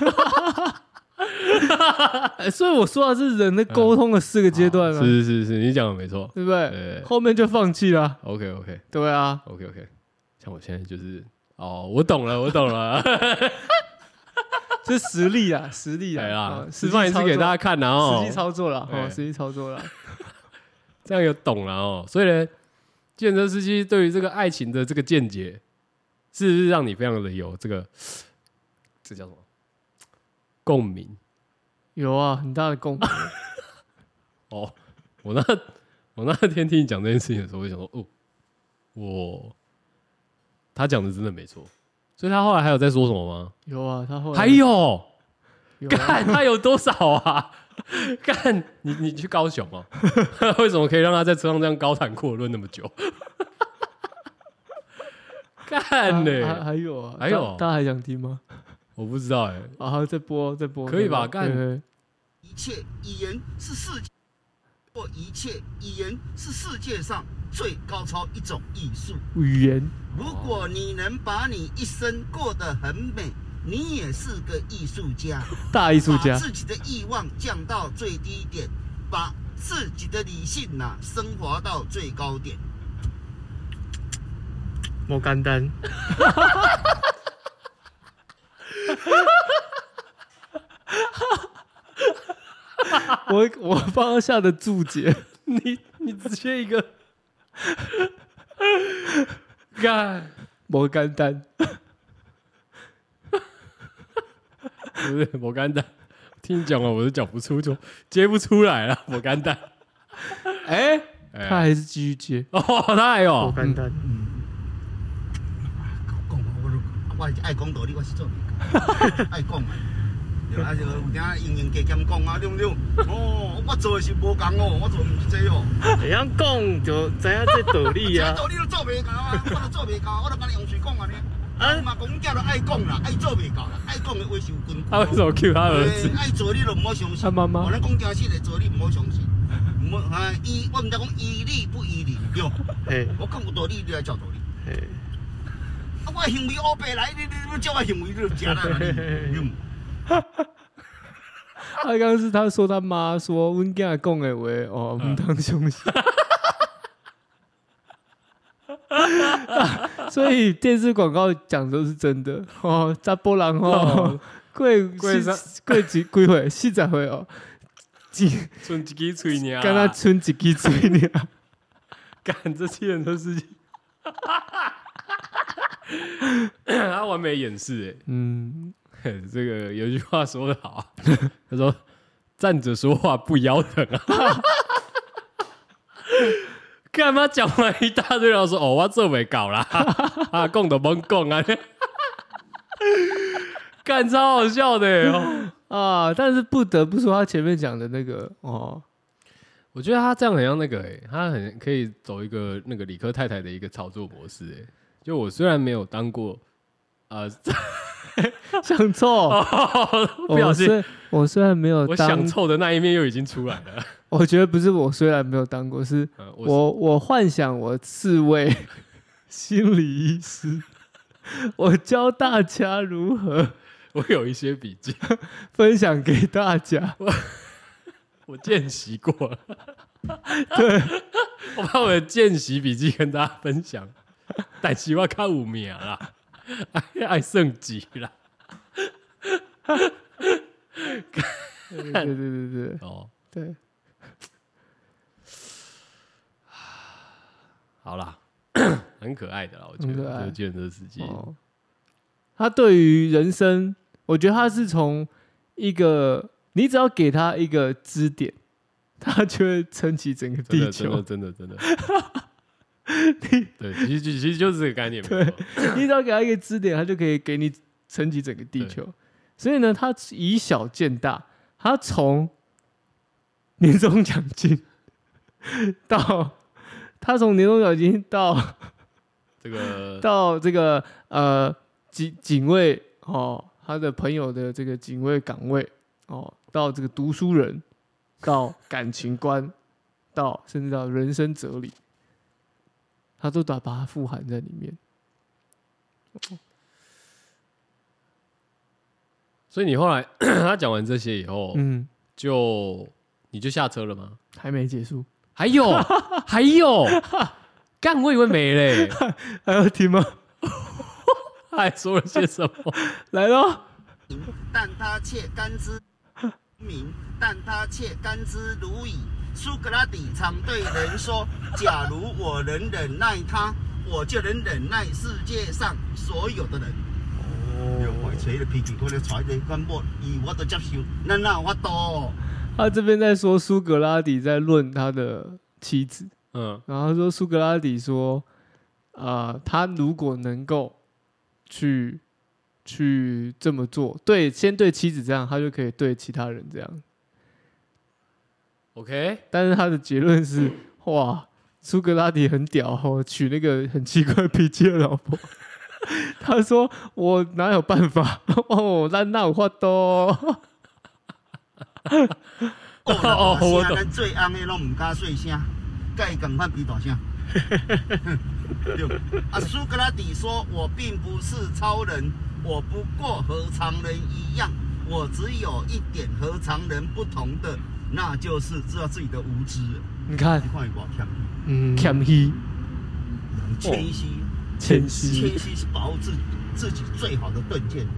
所以我说的是人的沟通的4个阶段啊， 是，你讲的没错， 对不对？后面就放弃了。 OK， 对啊 ，OK，像我现在就是我懂了， 这实力啊，对啦，示范一次给大家看然后实际操作了，实际操作了， 这样有懂了哦。所以呢，计程车司机对于这个爱情的这个见解，是不是让你非常的有这叫什么共鸣？ 有啊，很大的共鸣。 哦，我那天听你讲这件事情的时候，我就想说，他讲的真的没错。所以他后来还有在说什么吗？ 有啊，他后来还有， 有干他有多少啊？干你去高雄哦？为什么可以让他在车上这样高谈阔论那么久？干呢？ 还有啊， 还有， 大家还想听吗？ 我不知道哎。 啊，再播， 可以吧？干。 一切语言是一切语言是世界上最高超一种艺术。 语言， 如果你能把你一生过得很美，你也是个艺术家， 大艺术家。 把自己的欲望降到最低点，把自己的理性升华到最高点。 莫简单。我帮他下的注解， 你直接一个干莫简单， 不是莫简单，听你讲完我都讲不出，就接不出来了，莫简单。 他还是继续接他还有莫简单。 我爱讲道理，我是做爱讲嘛。对啊，就有点用用加减讲啊，对不对？我做的是无共哦，我做唔是这哦。 会晓讲就知影这道理啊。 这道理都做袂到啊，我都做袂到，我都跟你用嘴讲啊呢。嘛讲囝都爱讲啦，爱做袂到啦，爱讲的话是有根据。 他为什么 cue 他儿子？ 爱做你都唔好相信。 他妈妈。 我咱讲真实的，做你唔好相信。我唔知讲依理不依理，对。我讲有道理，你来照道理。我行为黑白来，你叫我行为你就吃啦，你。 他刚刚是他说他妈说阮囝讲的话唔当相信。所以电视广告讲都是真的哦，查甫人过几岁40岁哦， 剩一支嘴尔， 敢若剩一支嘴尔， 干这些人都是，他完美演示这个有句话说得好，他说站着说话不腰疼啊。干嘛讲完一大堆，然后说我做袂到啦，讲都甭讲啊，干超好笑的但是不得不说他前面讲的那个我觉得他这样很像那个他很可以走一个那个理科太太的一个操作模式就我虽然没有当过想凑不小心我虽然没有我想凑的那一面又已经出来了。 我觉得不是我虽然没有当过，是我幻想我是位心理医师，我教大家如何， 我有一些笔记分享给大家， 我见习过了， 对， 我把我的见习笔记跟大家分享，但是我较有名啦，爱剩几啦， 对，对。 好啦，很可爱的啦，我觉得这个计程车司机， 他对于人生，我觉得他是从一个，你只要给他一个支点，他就会撑起整个地球。 真的。 对，其实就是这个概念。 对，你只要给他一个支点，他就可以给你撑起整个地球。所以呢，他以小见大，他从年终奖金到他从年终奖金到这个警卫哦，他的朋友的这个警卫岗位哦，到这个读书人，到感情观，到甚至到人生哲理，他都把它富含在里面。 所以你后来他讲完这些以后，你就下车了吗？ 还没结束， 还有，干，我以为没嘞， 还要听吗？ 他还说了些什么？ 来咯， 但他却甘之明，但他却甘之如饴。苏格拉底常对人说：“假如我能忍耐他，我就能忍耐世界上所有的人。”我找个脾气，我咧带你管我，我都接受，咱哪有法度？ 他这边在说苏格拉底在论他的妻子，然后他说苏格拉底说，他如果能够去这么做，先对妻子这样，他就可以对其他人这样。 OK， 但是他的结论是，哇，苏格拉底很屌哦，娶那个很奇怪脾气的老婆。他说：“我哪有办法？哦，咱哪有法度？ 我懂。咱最红的拢唔敢碎声，甲伊共款比大声。苏格拉底说：“我并不是超人，我不过和常人一样，我只有一点和常人不同的，那就是知道自己的无知。” 你看， 伊多谦虚， 谦虚是保护自己最好的盾剑。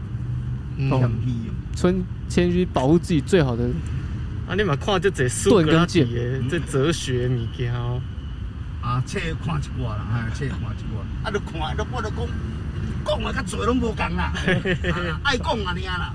谦虚保护自己最好的。 你嘛看这苏格拉底的这哲学物件哦。 册看一寡啦，册看一寡。就看，我就讲的较侪拢无共啦，爱讲啊尔啦。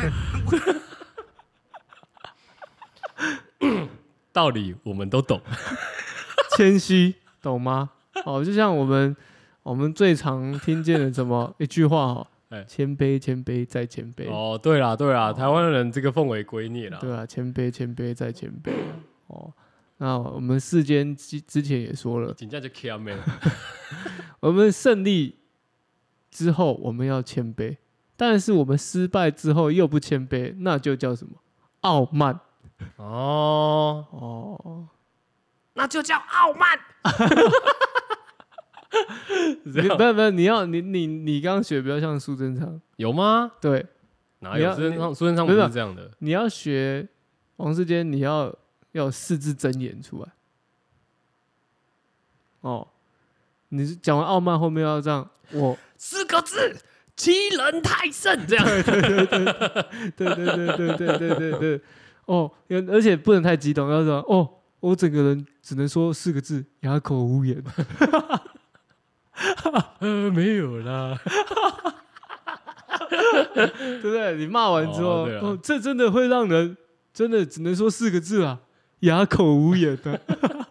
道理我们都懂， 谦虚懂吗？哦，就像我们最常听见的怎么一句话哦，谦卑，谦卑再谦卑。 哦，对啦，台湾人这个奉为圭臬啦。 对啊，谦卑，谦卑再谦卑。哦，那我们世间之前也说了， 真正就谦卑。 我们胜利之后我们要谦卑，但是我们失败之后又不谦卑，那就叫什么？傲慢。哦， 那就叫傲慢。 不，你刚刚学比较像苏贞昌， 有吗？ 对， 哪有苏贞昌不是这样的？ 你要学王世坚，你要4字真言出来。哦，你讲完傲慢后面要这样，我 4个字：欺人太甚。这样。 对。哦，而且不能太激动，要说哦，我整个人只能说4个字：哑口无言。 没有啦， 对不对？你骂完之后，这真的会让人真的只能说4个字啊，哑口无言的。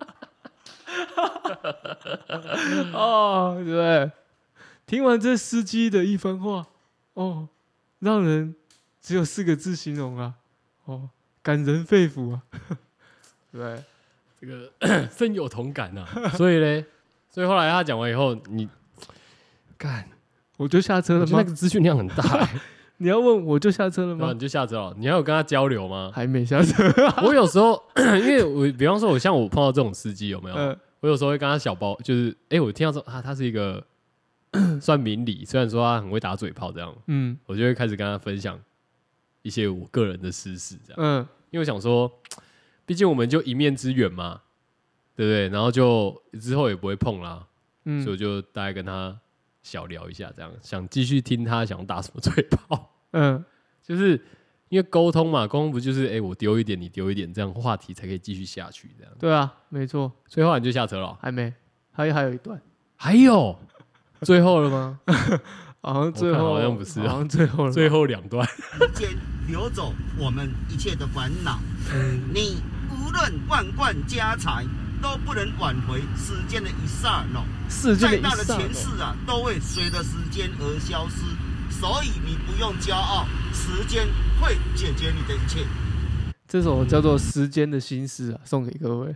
哦，对不对？听完这司机的一番话，哦，让人只有4个字形容啊，哦，感人肺腑啊，对， 这个深有同感啊。所以后来他讲完以后，你干， 我就下车了吗？ 那个资讯量很大。 你要问我就下车了吗？ 你就下车了。你还有跟他交流吗？ 还没下车。 我有时候，因为比方说，我碰到这种司机有没有？我有时候会跟他小包，就是我听到说他是一个算明理，虽然说他很会打嘴炮这样，我就会开始跟他分享一些我个人的私事这样，因为我想说，毕竟我们就一面之缘嘛。对不对？然后就之后也不会碰啦，所以我就大概跟他小聊一下，这样想继续听他想打什么嘴炮，就是因为沟通嘛，沟通不就是我丢一点，你丢一点，这样话题才可以继续下去，这样。 对啊，没错。 所以后来你就下车了？ 还没，还有一段。 还有最后了吗？ 好像最后好像不是， 好像最后了， 最后2段。 时间流走我们一切的烦恼，你无论万贯家财，都不能挽回时间的一刹那。 世间的一再大的刹那前世啊，都会随着时间而消失。所以你不用骄傲，时间会解决你的一切。 这首叫做《时间的心思》啊，送给各位。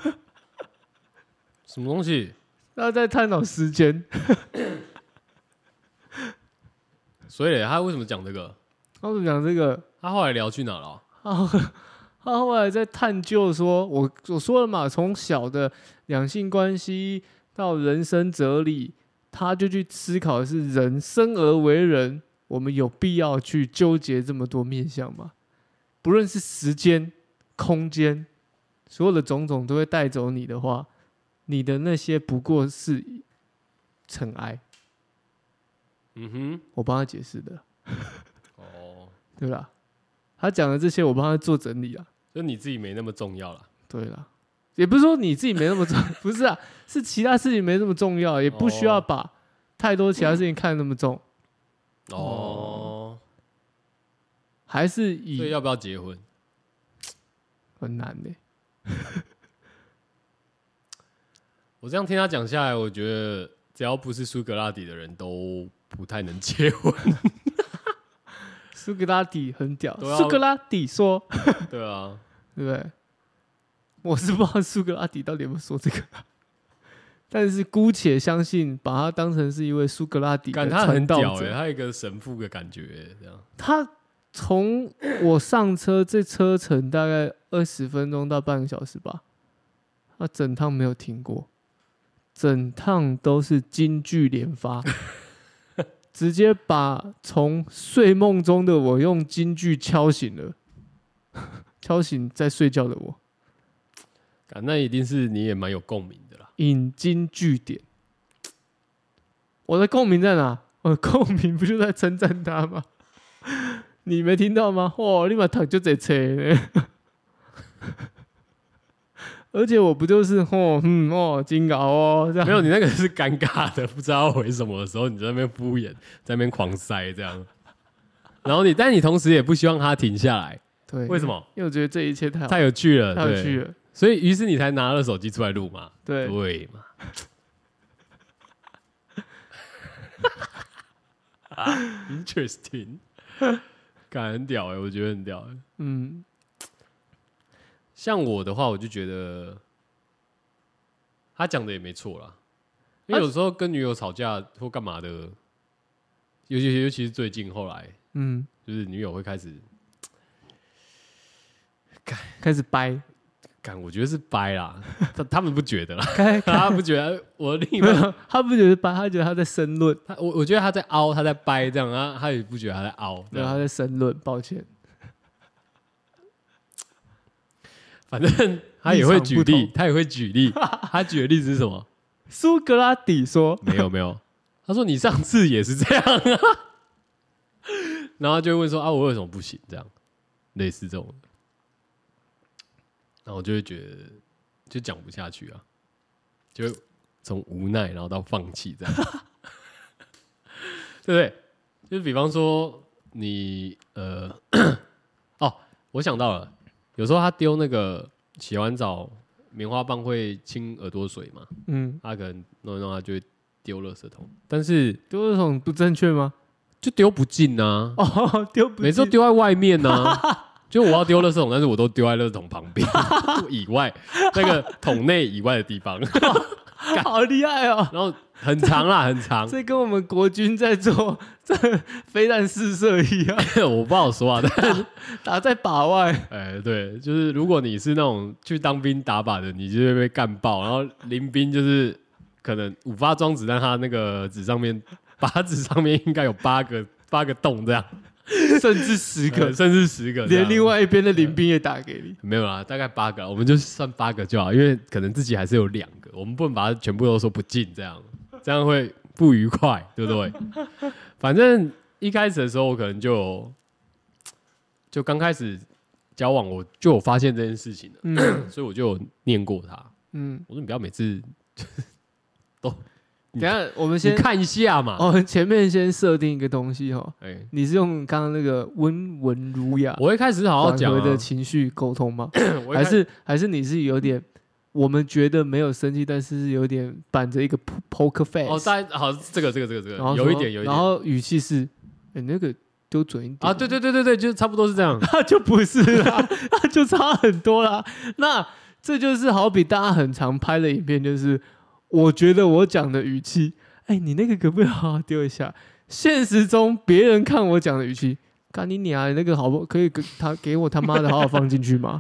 什么东西？ 他在探讨时间。 所以他为什么讲这个？ 他怎么讲这个？ 他后来聊去哪了？ 他后来在探究说，我说了嘛，从小的两性关系到人生哲理，他就去思考的是人生而为人，我们有必要去纠结这么多面向吗？不论是时间、空间，所有的种种都会带走你的话，你的那些不过是尘埃。 嗯哼， 我帮他解释的， 哦， 对吧？他讲的这些，我帮他做整理啊。 就你自己没那么重要了。 对啦，也不是说你自己没那么重，不是啊，是其他事情没那么重要，也不需要把太多其他事情看得那么重。 哦， 还是以所以要不要结婚？ 很难的、 我这样听他讲下来，我觉得只要不是苏格拉底的人都不太能结婚。 苏格拉底很屌， 对啊苏格拉底说， 对啊， 对不对？我是不知道苏格拉底到底有没有说这个，但是姑且相信，把他当成是一位苏格拉底的感他很传道者。 屌他有一个神父的感觉，这样。 他从我上车，这车程大概20分钟到半个小时吧，他整趟没有停过，整趟都是金句连发，直接把从睡梦中的我用金句敲醒了，敲醒在睡觉的我。 那一定是你也蛮有共鸣的啦。 引经据典，我的共鸣在哪？我的共鸣不就在称赞他吗？你没听到吗？哇，立马躺就这车呢！而且我不就是金搞哦，这样没有，你那个是尴尬的，不知道回什么的时候，你在那边敷衍，在那边狂塞这样。然后但你同时也不希望他停下来， 对， 为什么？ 因为我觉得这一切太太有趣了， 太有趣了。 所以于是你才拿了手机出来录嘛？ 对对嘛？Interesting， 感很屌我觉得很屌嗯， 像我的话，我就觉得他讲的也没错啦，因为有时候跟女友吵架或干嘛的，尤其是最近后来，就是女友会开始掰。 我觉得是掰啦，他们不觉得啦， 开他不觉得我另一没半， 有，他不觉得掰，他觉得他在申论， 我觉得他在凹，他在掰这样，他也不觉得他在凹， 对，他在申论，抱歉。 反正他也会举例，他举的例子是什么？ 苏格拉底说， 没有，他说你上次也是这样啊，然后就会问说我为什么不行？这样类似这种。然后我就会觉得就讲不下去啊，就从无奈然后到放弃这样，对不对？就是比方说你我想到了，有时候他丢那个洗完澡棉花棒会清耳朵水嘛，他可能弄一弄他就会丢垃圾桶，但是丢垃圾桶不正确吗？ 就丢不进啊， 丢不进， 每次都丢在外面啊。就我要丢垃圾桶，但是我都丢在垃圾桶旁边以外，那个桶内以外的地方， 好厉害哦！ 然后很长啦，很长， 这跟我们国军在做这飞弹试射一样， 我不好说啊，但是打在靶外。 对，就是如果你是那种去当兵打靶的，你就会被干爆，然后临兵就是可能5发装子弹，他那个纸上面靶纸上面应该有8个洞这样。 甚至10个，连另外一边的林兵也打给你。 没有啦，大概8个，我们就算8个就好，因为可能自己还是有2个，我们不能把它全部都说不进，这样会不愉快，对不对？反正一开始的时候，我可能就刚开始交往，我就有发现这件事情了，所以我就有念过他。我说你不要每次都。 等一下，我们先看一下嘛。 我们前面先设定一个东西哈。你是用刚刚那个温文儒雅， 我一开始好好讲的情绪沟通吗？还是你是有点我们觉得没有生气，但是有点板着一个 poker face。 哦，大家好，这个然后有一点， 然后语气是，那个丢准一点啊，对，就差不多是这样。 那就不是啦，那就差很多啦。那这就是好比大家很常拍的影片，就是我觉得我讲的语气，你那个可不可以好好丢一下？现实中别人看我讲的语气，干你娘，那个好不可以给我他妈的好好放进去吗？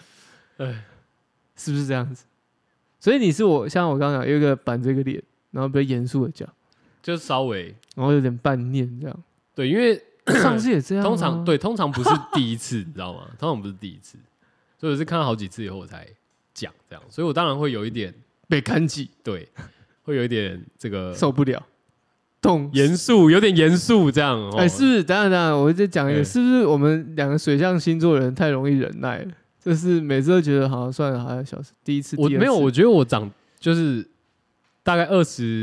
是不是这样子？所以你是像我刚刚讲，有一个板着个脸，然后比较严肃的讲， 就稍微， 然后有点半念这样。 对，因为上次也这样、啊， 通常不是第一次，你知道吗？通常不是第一次，所以我是看到好几次以后我才讲这样，所以我当然会有一点被看挤， 对，会有一点这个受不了。 严肃，有点严肃这样。 是不是？等等，我再讲一个，是不是我们两个水象星座的人太容易忍耐了？就是每次都觉得好像算了，好像小事。第一次， 我没有，我觉得我就是大概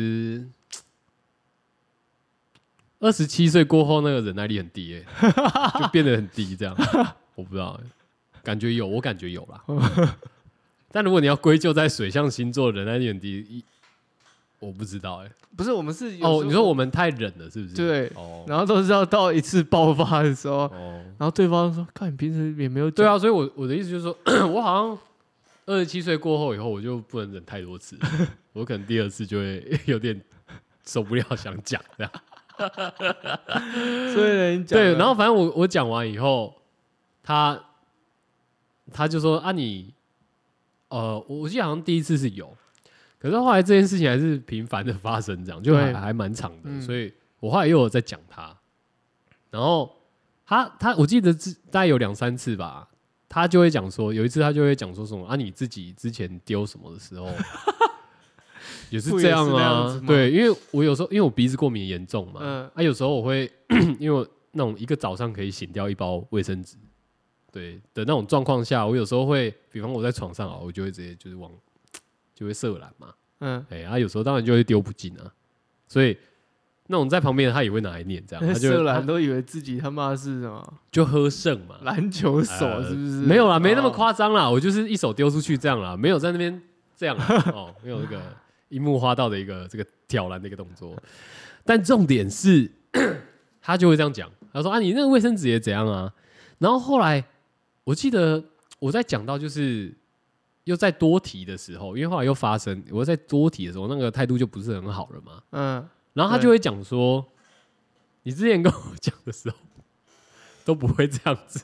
27岁过后，那个忍耐力很低，就变得很低这样。我不知道，感觉有，我感觉有啦。但如果你要归咎在水象星座忍耐力很低，我不知道不是我们是你说我们太忍了是不是？ 对，然后都是要到一次爆发的时候，然后对方说：“看你平时也没有。” 对啊，所以我的意思就是说，我好像27岁过后以后，我就不能忍太多次，我可能第二次就会有点受不了，想讲这样。 所以你讲对，然后反正我讲完以后，他就说啊你，我记得好像第一次是有。可是后来这件事情还是频繁的发生，这样就还蛮长的，所以我后来又有在讲他，然后他我记得大概有2-3次吧，他就会讲说，有一次他就会讲说什么啊，你自己之前丢什么的时候也是这样啊，对，因为我有时候因为我鼻子过敏严重嘛，有时候我会因为我那种一个早上可以醒掉1包卫生纸，对的那种状况下，我有时候会，比方我在床上我就会直接就是就会射懒嘛，有时候当然就会丢不进啊，所以那种在旁边的他也会拿来念，这样他就射懒都以为自己他妈是什么， 就喝剩嘛， 篮球手是不是？ 没有啦，没那么夸张啦，我就是一手丢出去这样啦，没有在那边这样啦没有那个樱木花道的一个这个挑篮的一个动作，但重点是他就会这样讲，他说啊你那个卫生纸也怎样啊，然后后来我记得我在讲到就是又在多提的时候，因为后来又发生，我在多提的时候，那个态度就不是很好了嘛。然后他就会讲说，你之前跟我讲的时候都不会这样子。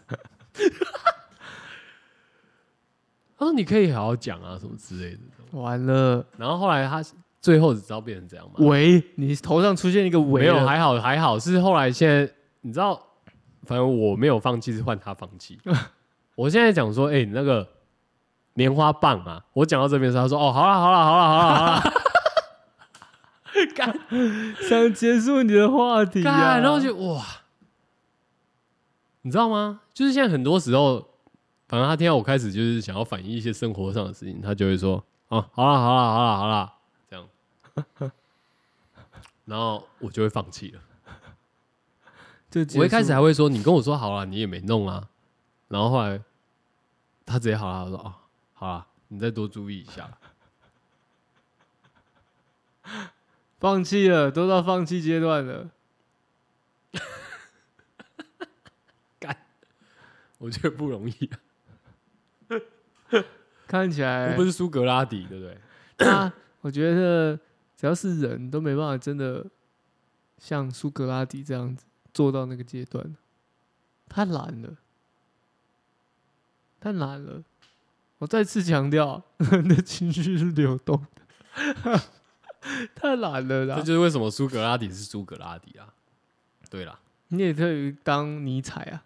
他说你可以好好讲啊，什么之类的。 完了， 然后后来他最后只知道变成这样嘛。 喂，你头上出现一个喂， 没有，还好，是后来现在你知道，反正我没有放弃，是换他放弃。我现在讲说，你那个。棉花棒啊！我讲到这边的时候，他说：“哦，好了，干， 想结束你的话题啊！” 然后就哇，你知道吗？就是现在很多时候，反正他听到我开始就是想要反映一些生活上的事情，他就会说：“哦，好了，这样。”然后我就会放弃了。我一开始还会说：“你跟我说好了，你也没弄啊。”然后后来他直接好了，他说：“哦。”好啦，你再多注意一下。 放弃了，都到放弃阶段了。 干，我觉得不容易看起来我不是苏格拉底，对不对？ 我觉得只要是人都没办法真的像苏格拉底这样子做到那个阶段，太难了。我再次强调，人的情绪是流动的，太难了啦。 这就是为什么苏格拉底是苏格拉底啦。对啦， 你也可以当尼采啊。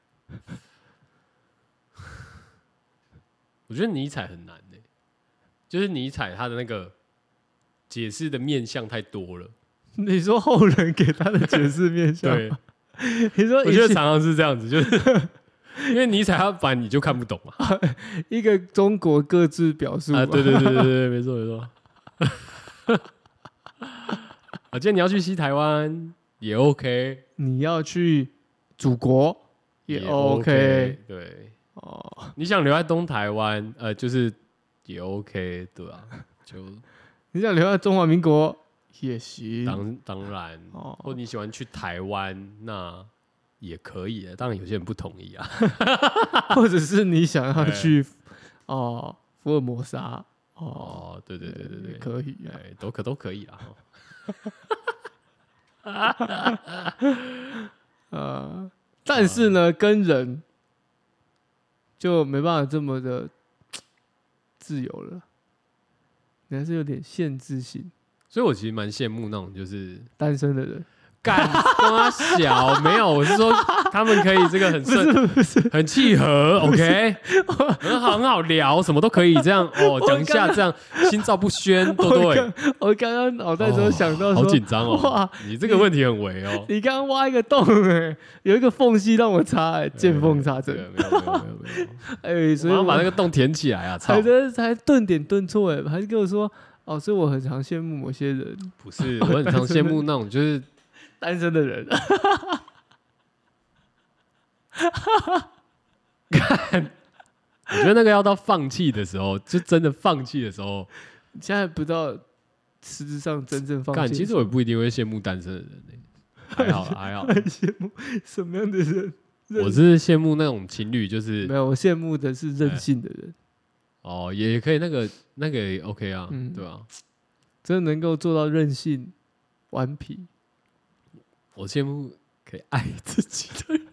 我觉得尼采很难就是尼采他的那个解释的面向太多了。 你说后人给他的解释面向？ 对， 你说我觉得常常是这样子，就是。因为尼采他反正你就看不懂嘛， 一个中国各自表述啊，对，没错。今天你要去西台湾也 OK， 你要去祖国也 OK， 对，你想留在东台湾，就是也 OK， 对啊，就你想留在中华民国也行， 当然， 哦或你喜欢去台湾，那也可以的。当然有些人不同意啊， 或者是你想要去福尔摩沙哦，对， 可以啊， 都可以啦。 但是呢，跟人就没办法这么的自由了，你还是有点限制性。 所以我其实蛮羡慕那种就是单身的人， 干瓜小没有，我是说他们可以这个很契合 ，OK， 很好聊，什么都可以这样哦，讲一下这样心照不宣，对不对？ 我刚刚脑袋只有想到说， 好紧张哦， 哇， 你这个问题很微哦。 你刚刚挖一个洞有一个缝隙让我插见缝插针， 没有， 所以我要把那个洞填起来啊！操， 才顿点顿错还是跟我说所以我很常羡慕某些人， 不是，我很常羡慕那种就是单身的人。 看，我觉得那个要到放弃的时候，就真的放弃的时候， 现在不知道实质上真正放弃。 其实我也不一定会羡慕单身的人还好。 羡慕什么样的人？ 我是羡慕那种情侣，就是没有，我羡慕的是任性的人。 哦，也可以，那个也 OK 啊，对吧？ 真的能够做到任性、顽皮。 我羡慕可以爱自己的人。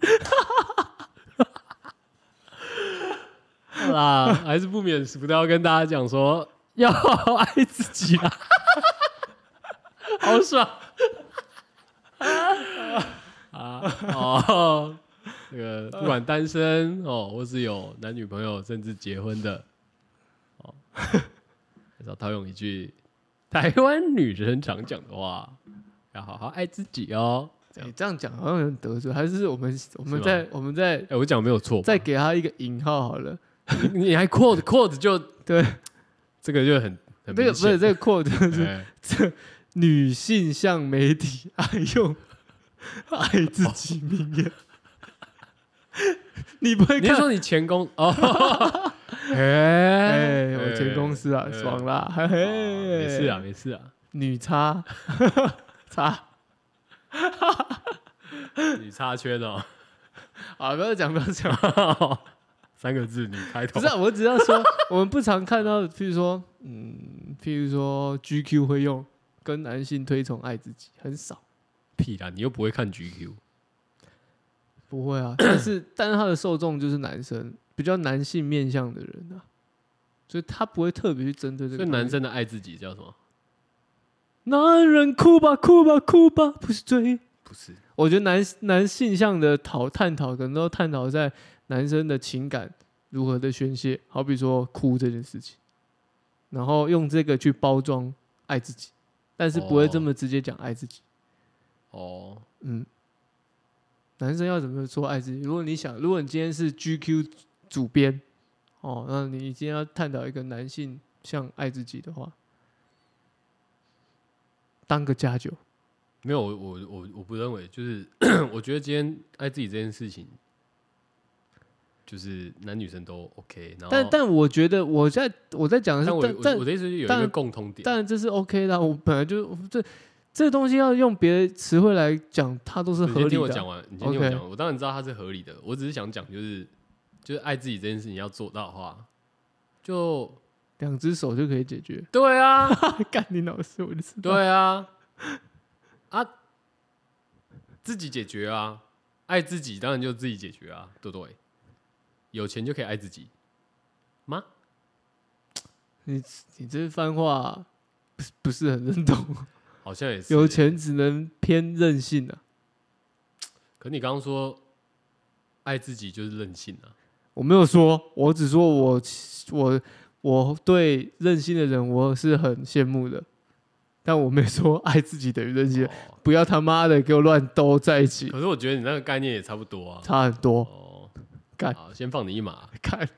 好啦，还是不免俗的要跟大家讲说，要好好爱自己啦，好爽这个不管单身或是有男女朋友，甚至结婚的还是要套用一句台湾女人常讲的话，要好好爱自己哦。 这样讲好像有点得罪，还是我们在我讲没有错， 再给他一个引号好了。 你还 quote 就对， 这个就很这个不是这个 quote 就是这女性向媒体爱用爱自己名言。你不会看？ 你是说你前公哦？ 我前公司啊，爽啦！ 没事啊， 女叉叉， 女叉圈哦。 不要讲 3个字你开头。 不是我只要说，我们不常看到，譬如说 GQ 会用跟男性推崇爱自己，很少。 屁啦，你又不会看 GQ。 不会啊，但是他的受众就是男生，比较男性面向的人啊，所以他不会特别去针对这个。 所以男生的爱自己叫什么？ 男人哭吧哭吧哭吧，不是罪。 不是， 我觉得男性向的探讨，可能都探讨在男生的情感如何的宣泄，好比说哭这件事情，然后用这个去包装爱自己，但是不会这么直接讲爱自己。男生要怎么说爱自己？如果你今天是 GQ 主编，那你今天要探讨一个男性向爱自己的话，当个加酒。 没有，我不认为，就是我觉得今天爱自己这件事情，就是男女生都 OK。然后但我觉得我在讲的是， 我的意思是有一个共通点， 当然这是 OK 的。我本来就这个东西要用别的词汇来讲，它都是合理的。 你先听我讲完，我当然知道它是合理的。我只是想讲，就是爱自己这件事情要做到的话，就 2只手就可以解决。 对啊， 干你老师，我就知道。 对啊，自己解决啊，爱自己当然就自己解决啊，对不对？有钱就可以爱自己吗？ 你这番话不是很认同。 好像也是， 有钱只能偏任性啊。 可你刚刚说爱自己就是任性啊。 我没有说，我只说我对任性的人我是很羡慕的，但我没说爱自己等于任性。不要他妈的给我乱兜在一起。 可是我觉得你那个概念也差不多啊， 差很多。干， 好，先放你一马。 干，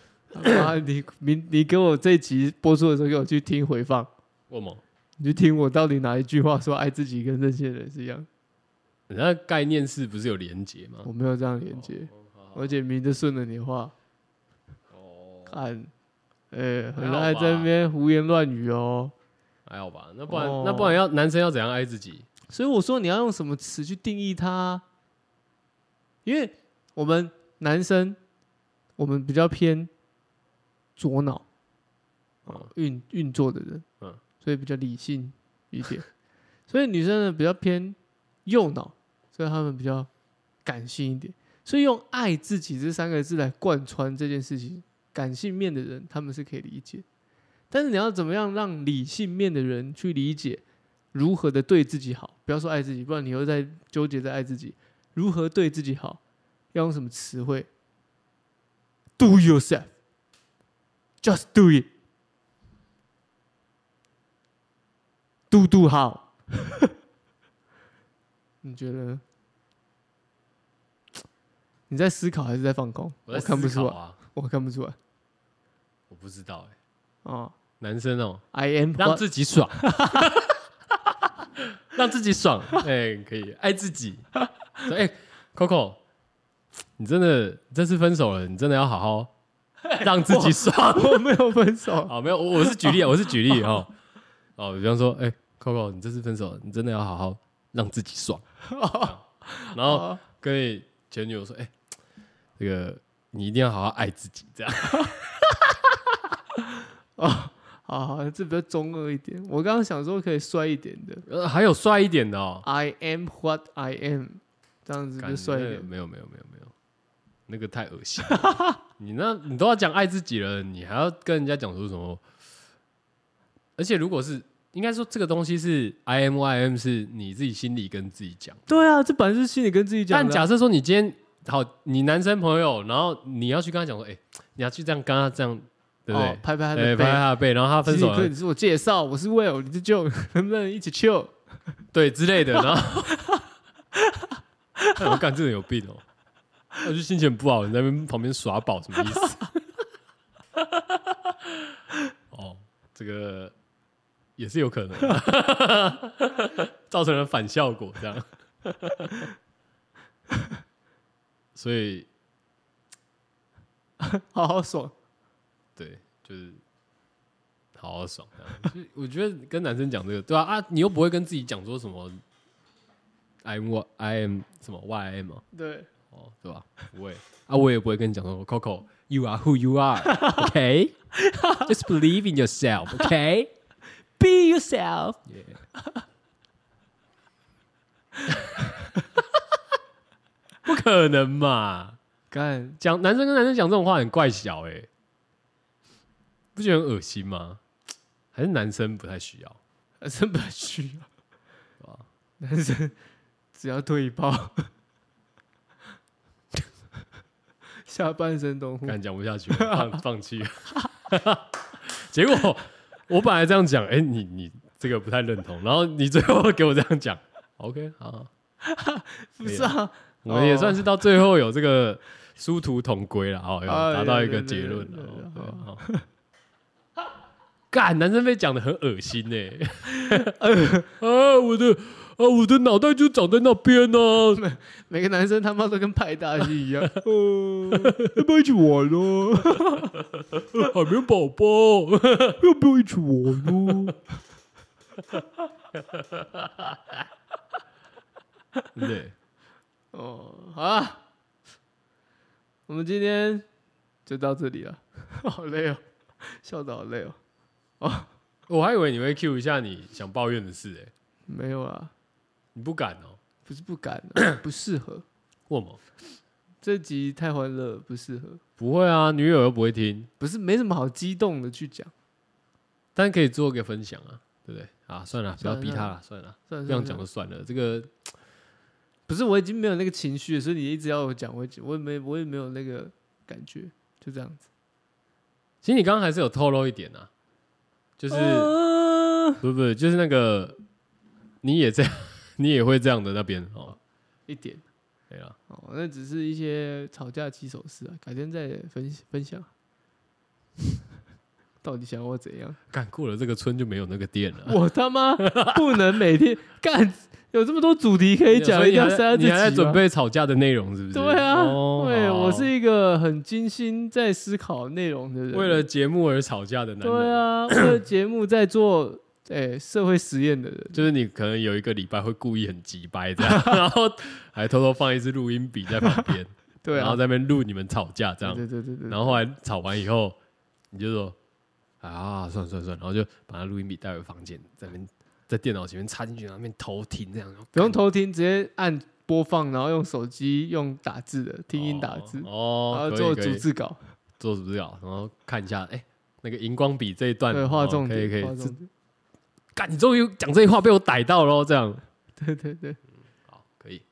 你给我这一集播出的时候，给我去听回放。 为什么？ 你去听我到底哪一句话说爱自己跟任性的人是一样？ 你那概念是不是有连结吗？ 我没有这样连接，而且明着顺着你的话。看， 很爱在那边胡言乱语哦。 还好吧？那不然要男生要怎样爱自己？ 所以我说你要用什么词去定义它？因为我们男生，我们比较偏左脑，运作的人，所以比较理性一点。所以女生呢比较偏右脑，所以他们比较感性一点。所以用"爱自己"这3个字来贯穿这件事情，感性面的人他们是可以理解。但是你要怎么样让理性面的人去理解如何的对自己好？不要说爱自己，不然你又在纠结在爱自己。如何对自己好？要用什么词汇 ？Do yourself, just do it, do 好。你觉得？你在思考还是在放空？ 我看不出来啊， 我看不出来。 我不知道哦， 男生哦 ，I am 让自己爽，让自己爽，可以爱自己。Coco， 你这次分手了，你真的要好好让自己爽。 我没有分手， 好，没有，我是举例，我是举例哈。哦，比方说，Coco， 你这次分手了，你真的要好好让自己爽。然后跟你前女友说，这个你一定要好好爱自己，这样。 好，这比较中二一点。我刚刚想说可以帅一点的， 还有帅一点的哦。 I am what I am， 这样子就帅一点。 没有，那个太恶心了。你都要讲爱自己了，你还要跟人家讲说什么？而且如果是应该说这个东西是 I am what I am， 是你自己心里跟自己讲。 对啊，这本来是心里跟自己讲的。 但假设说你今天好，你男生朋友，然后你要去跟他讲说，你要去这样跟他这样。对不对？ 拍他的背， 拍他的背，然后他分手了。 你是我介绍，我是 Will， 你是 Joe， 能不能一起 chill？ 对之类的，然后我干这个有病哦！我就心情不好，你在那边旁边耍宝什么意思？哦，这个也是有可能，造成了反效果，这样。所以好好爽。 对，就是好好爽这样。就我觉得跟男生讲这个，对啊，你又不会跟自己讲说什么 I'm what I am 什么 what I am 嘛， 对， 对吧？不会啊，我也不会跟你讲说 Coco you are who you are，OK， just believe in yourself，OK，be yourself， 不可能嘛？讲男生跟男生讲这种话很怪小不觉得很恶心吗？还是男生不太需要？ 男生不太需要，男生只要退一包，下半身都敢讲不下去了，放弃了。结果我本来这样讲，你这个不太认同，然后你最后给我这样讲 ，OK 好， 不是啊， 我们也算是到最后有这个殊途同归了，有达到一个结论了。干，男生被讲的很恶心我的脑袋就长在那边呢。 每个男生他妈都跟派大星一样，要不要一起玩咯？ 海绵宝宝， 要不要一起玩咯？ 对， 好啊，我们今天就到这里了，好累哦，笑得好累哦。 我还以为你会 cue 一下你想抱怨的事没有啊， 你不敢哦？ 不是不敢，不适合。 为什么？ 这集太欢乐，不适合。 不会啊，女友又不会听， 不是没什么好激动的去讲， 但可以做个分享啊，对不对？啊，算了，不要逼他了，算了，不想讲就算了。这个不是我已经没有那个情绪了，所以你一直要我讲，我也没有那个感觉，就这样子。 其实你刚刚还是有透露一点啊。就是不，就是那个你也这样，你也会这样的那边一点， 对啊， 那只是一些吵架起手式啊，改天再分享。 到底想要我怎样？ 干过了这个村就没有那个店了。 我他妈不能每天干，有这么多主题可以讲，一定要塞在这集吗？ 你还在准备吵架的内容是不是？ 对啊，对， 好我是一个很精心在思考内容的人， 为了节目而吵架的男人。 对啊，为了节目在做社会实验的人， 就是你可能有一个礼拜会故意很急掰这样，然后还偷偷放一支录音笔在旁边， 对啊， 然后在那边录你们吵架这样， 对， 然后后来吵完以后，你就说啊算了，然后就把那录音笔带回房间，在电脑前面插进去，然后那边偷听这样， 不用偷听，直接按播放，然后用手机用打字的听音打字，然后做逐字稿， 然后看一下，那个荧光笔这一段， 对，画重点， 可以， 画重点。 干，你终于讲这句话被我逮到咯，这样， 对， 好，可以。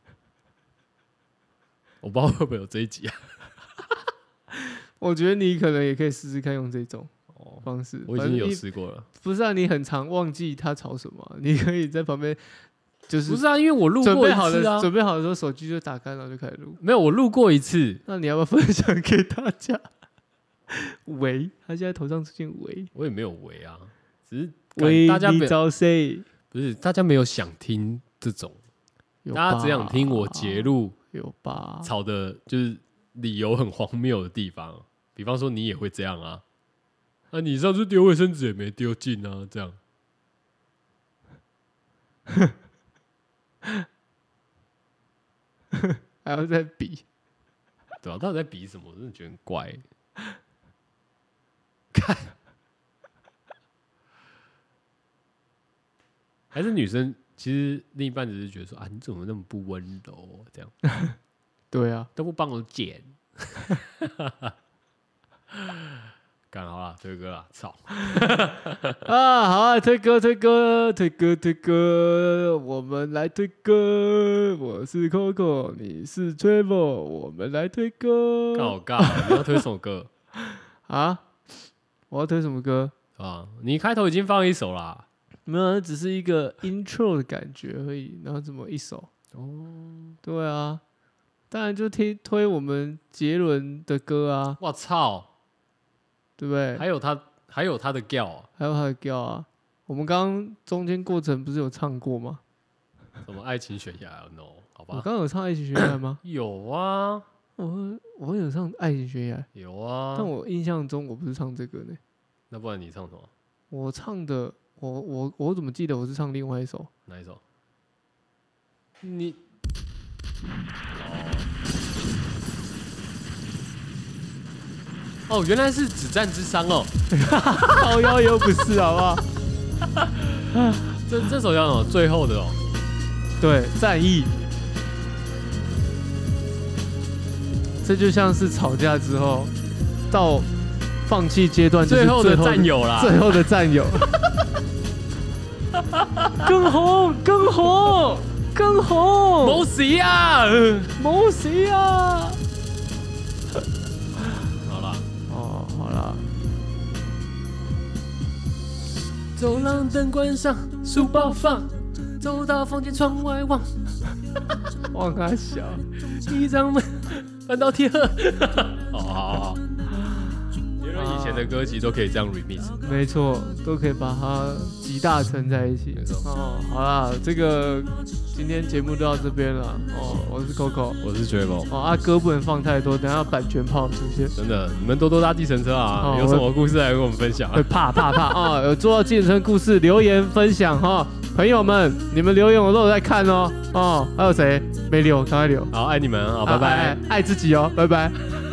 我不知道会不会有这一集啊？ 我觉得你可能也可以试试看用这种方式。 我已经有试过了。 不是啊，你很常忘记他吵什么，你可以在旁边，就是不是啊？因为我录过一次啊， 准备好的时候手机就打开，然后就开始录。 没有，我录过一次。 那你要不要分享给大家？喂，他现在头上出现喂， 我也没有喂啊，只是喂， 大家你找谁？ 不是，大家没有想听这种，大家只想听我截录有吧？ 吵的就是理由很荒谬的地方，比方说你也会这样啊，你上次丢卫生纸也没丢进啊，这样。 还要再比， 对啊，到底在比什么？我真的觉得很怪。看，还是女生其实另一半只是觉得说你怎么那么不温柔这样？ 对啊， 都不帮我剪。干好了，推歌了，操！ 好啊，推歌，我们来推歌。我是 Coco， 你是 Trevor， 我们来推歌。 好尬，你要推什么歌啊？我要推什么歌啊？你开头已经放一首啦， 没有，只是一个 intro 的感觉而已。然后怎么一首？对啊，当然就推我们杰伦的歌啊。 我操！ 对不对？ 还有他的调啊， 还有他的调啊。我们刚刚中间过程不是有唱过吗？ 什么爱情悬崖 ？No， 好吧。 我刚刚有唱爱情悬崖吗？ 有啊， 我有唱爱情悬崖。 有啊， 但我印象中我不是唱这个呢。 那不然你唱什么？ 我唱的，我怎么记得我是唱另外一首？ 哪一首？你哦，原来是止战之殇哦， 靠腰又不是，好不好？ 这首叫什么？最后的哦， 对，战役。这就像是吵架之后到放弃阶段， 最后的战友啦， 最后的战友。更红， 冇事啊， 冇事啊。好啦， 走廊灯关上，书包放，走到房间窗外望， 望他小， 一张门翻到天鹤。好，别人以前的歌曲都可以这样 remix， 没错，都可以把它集大成在一起。 没错。 好啦，这个今天节目就到这边了。我是 Coco， 我是 Travel。 歌不能放太多，等下版权炮出现。 真的，你们多多搭计程车啊！有什么故事来跟我们分享？ 会怕啊！有做到计程车故事留言分享哈，朋友们，你们留言我都有在看哦。还有谁没留？赶快留。 好，爱你们，好，拜拜。 爱自己哦，拜拜。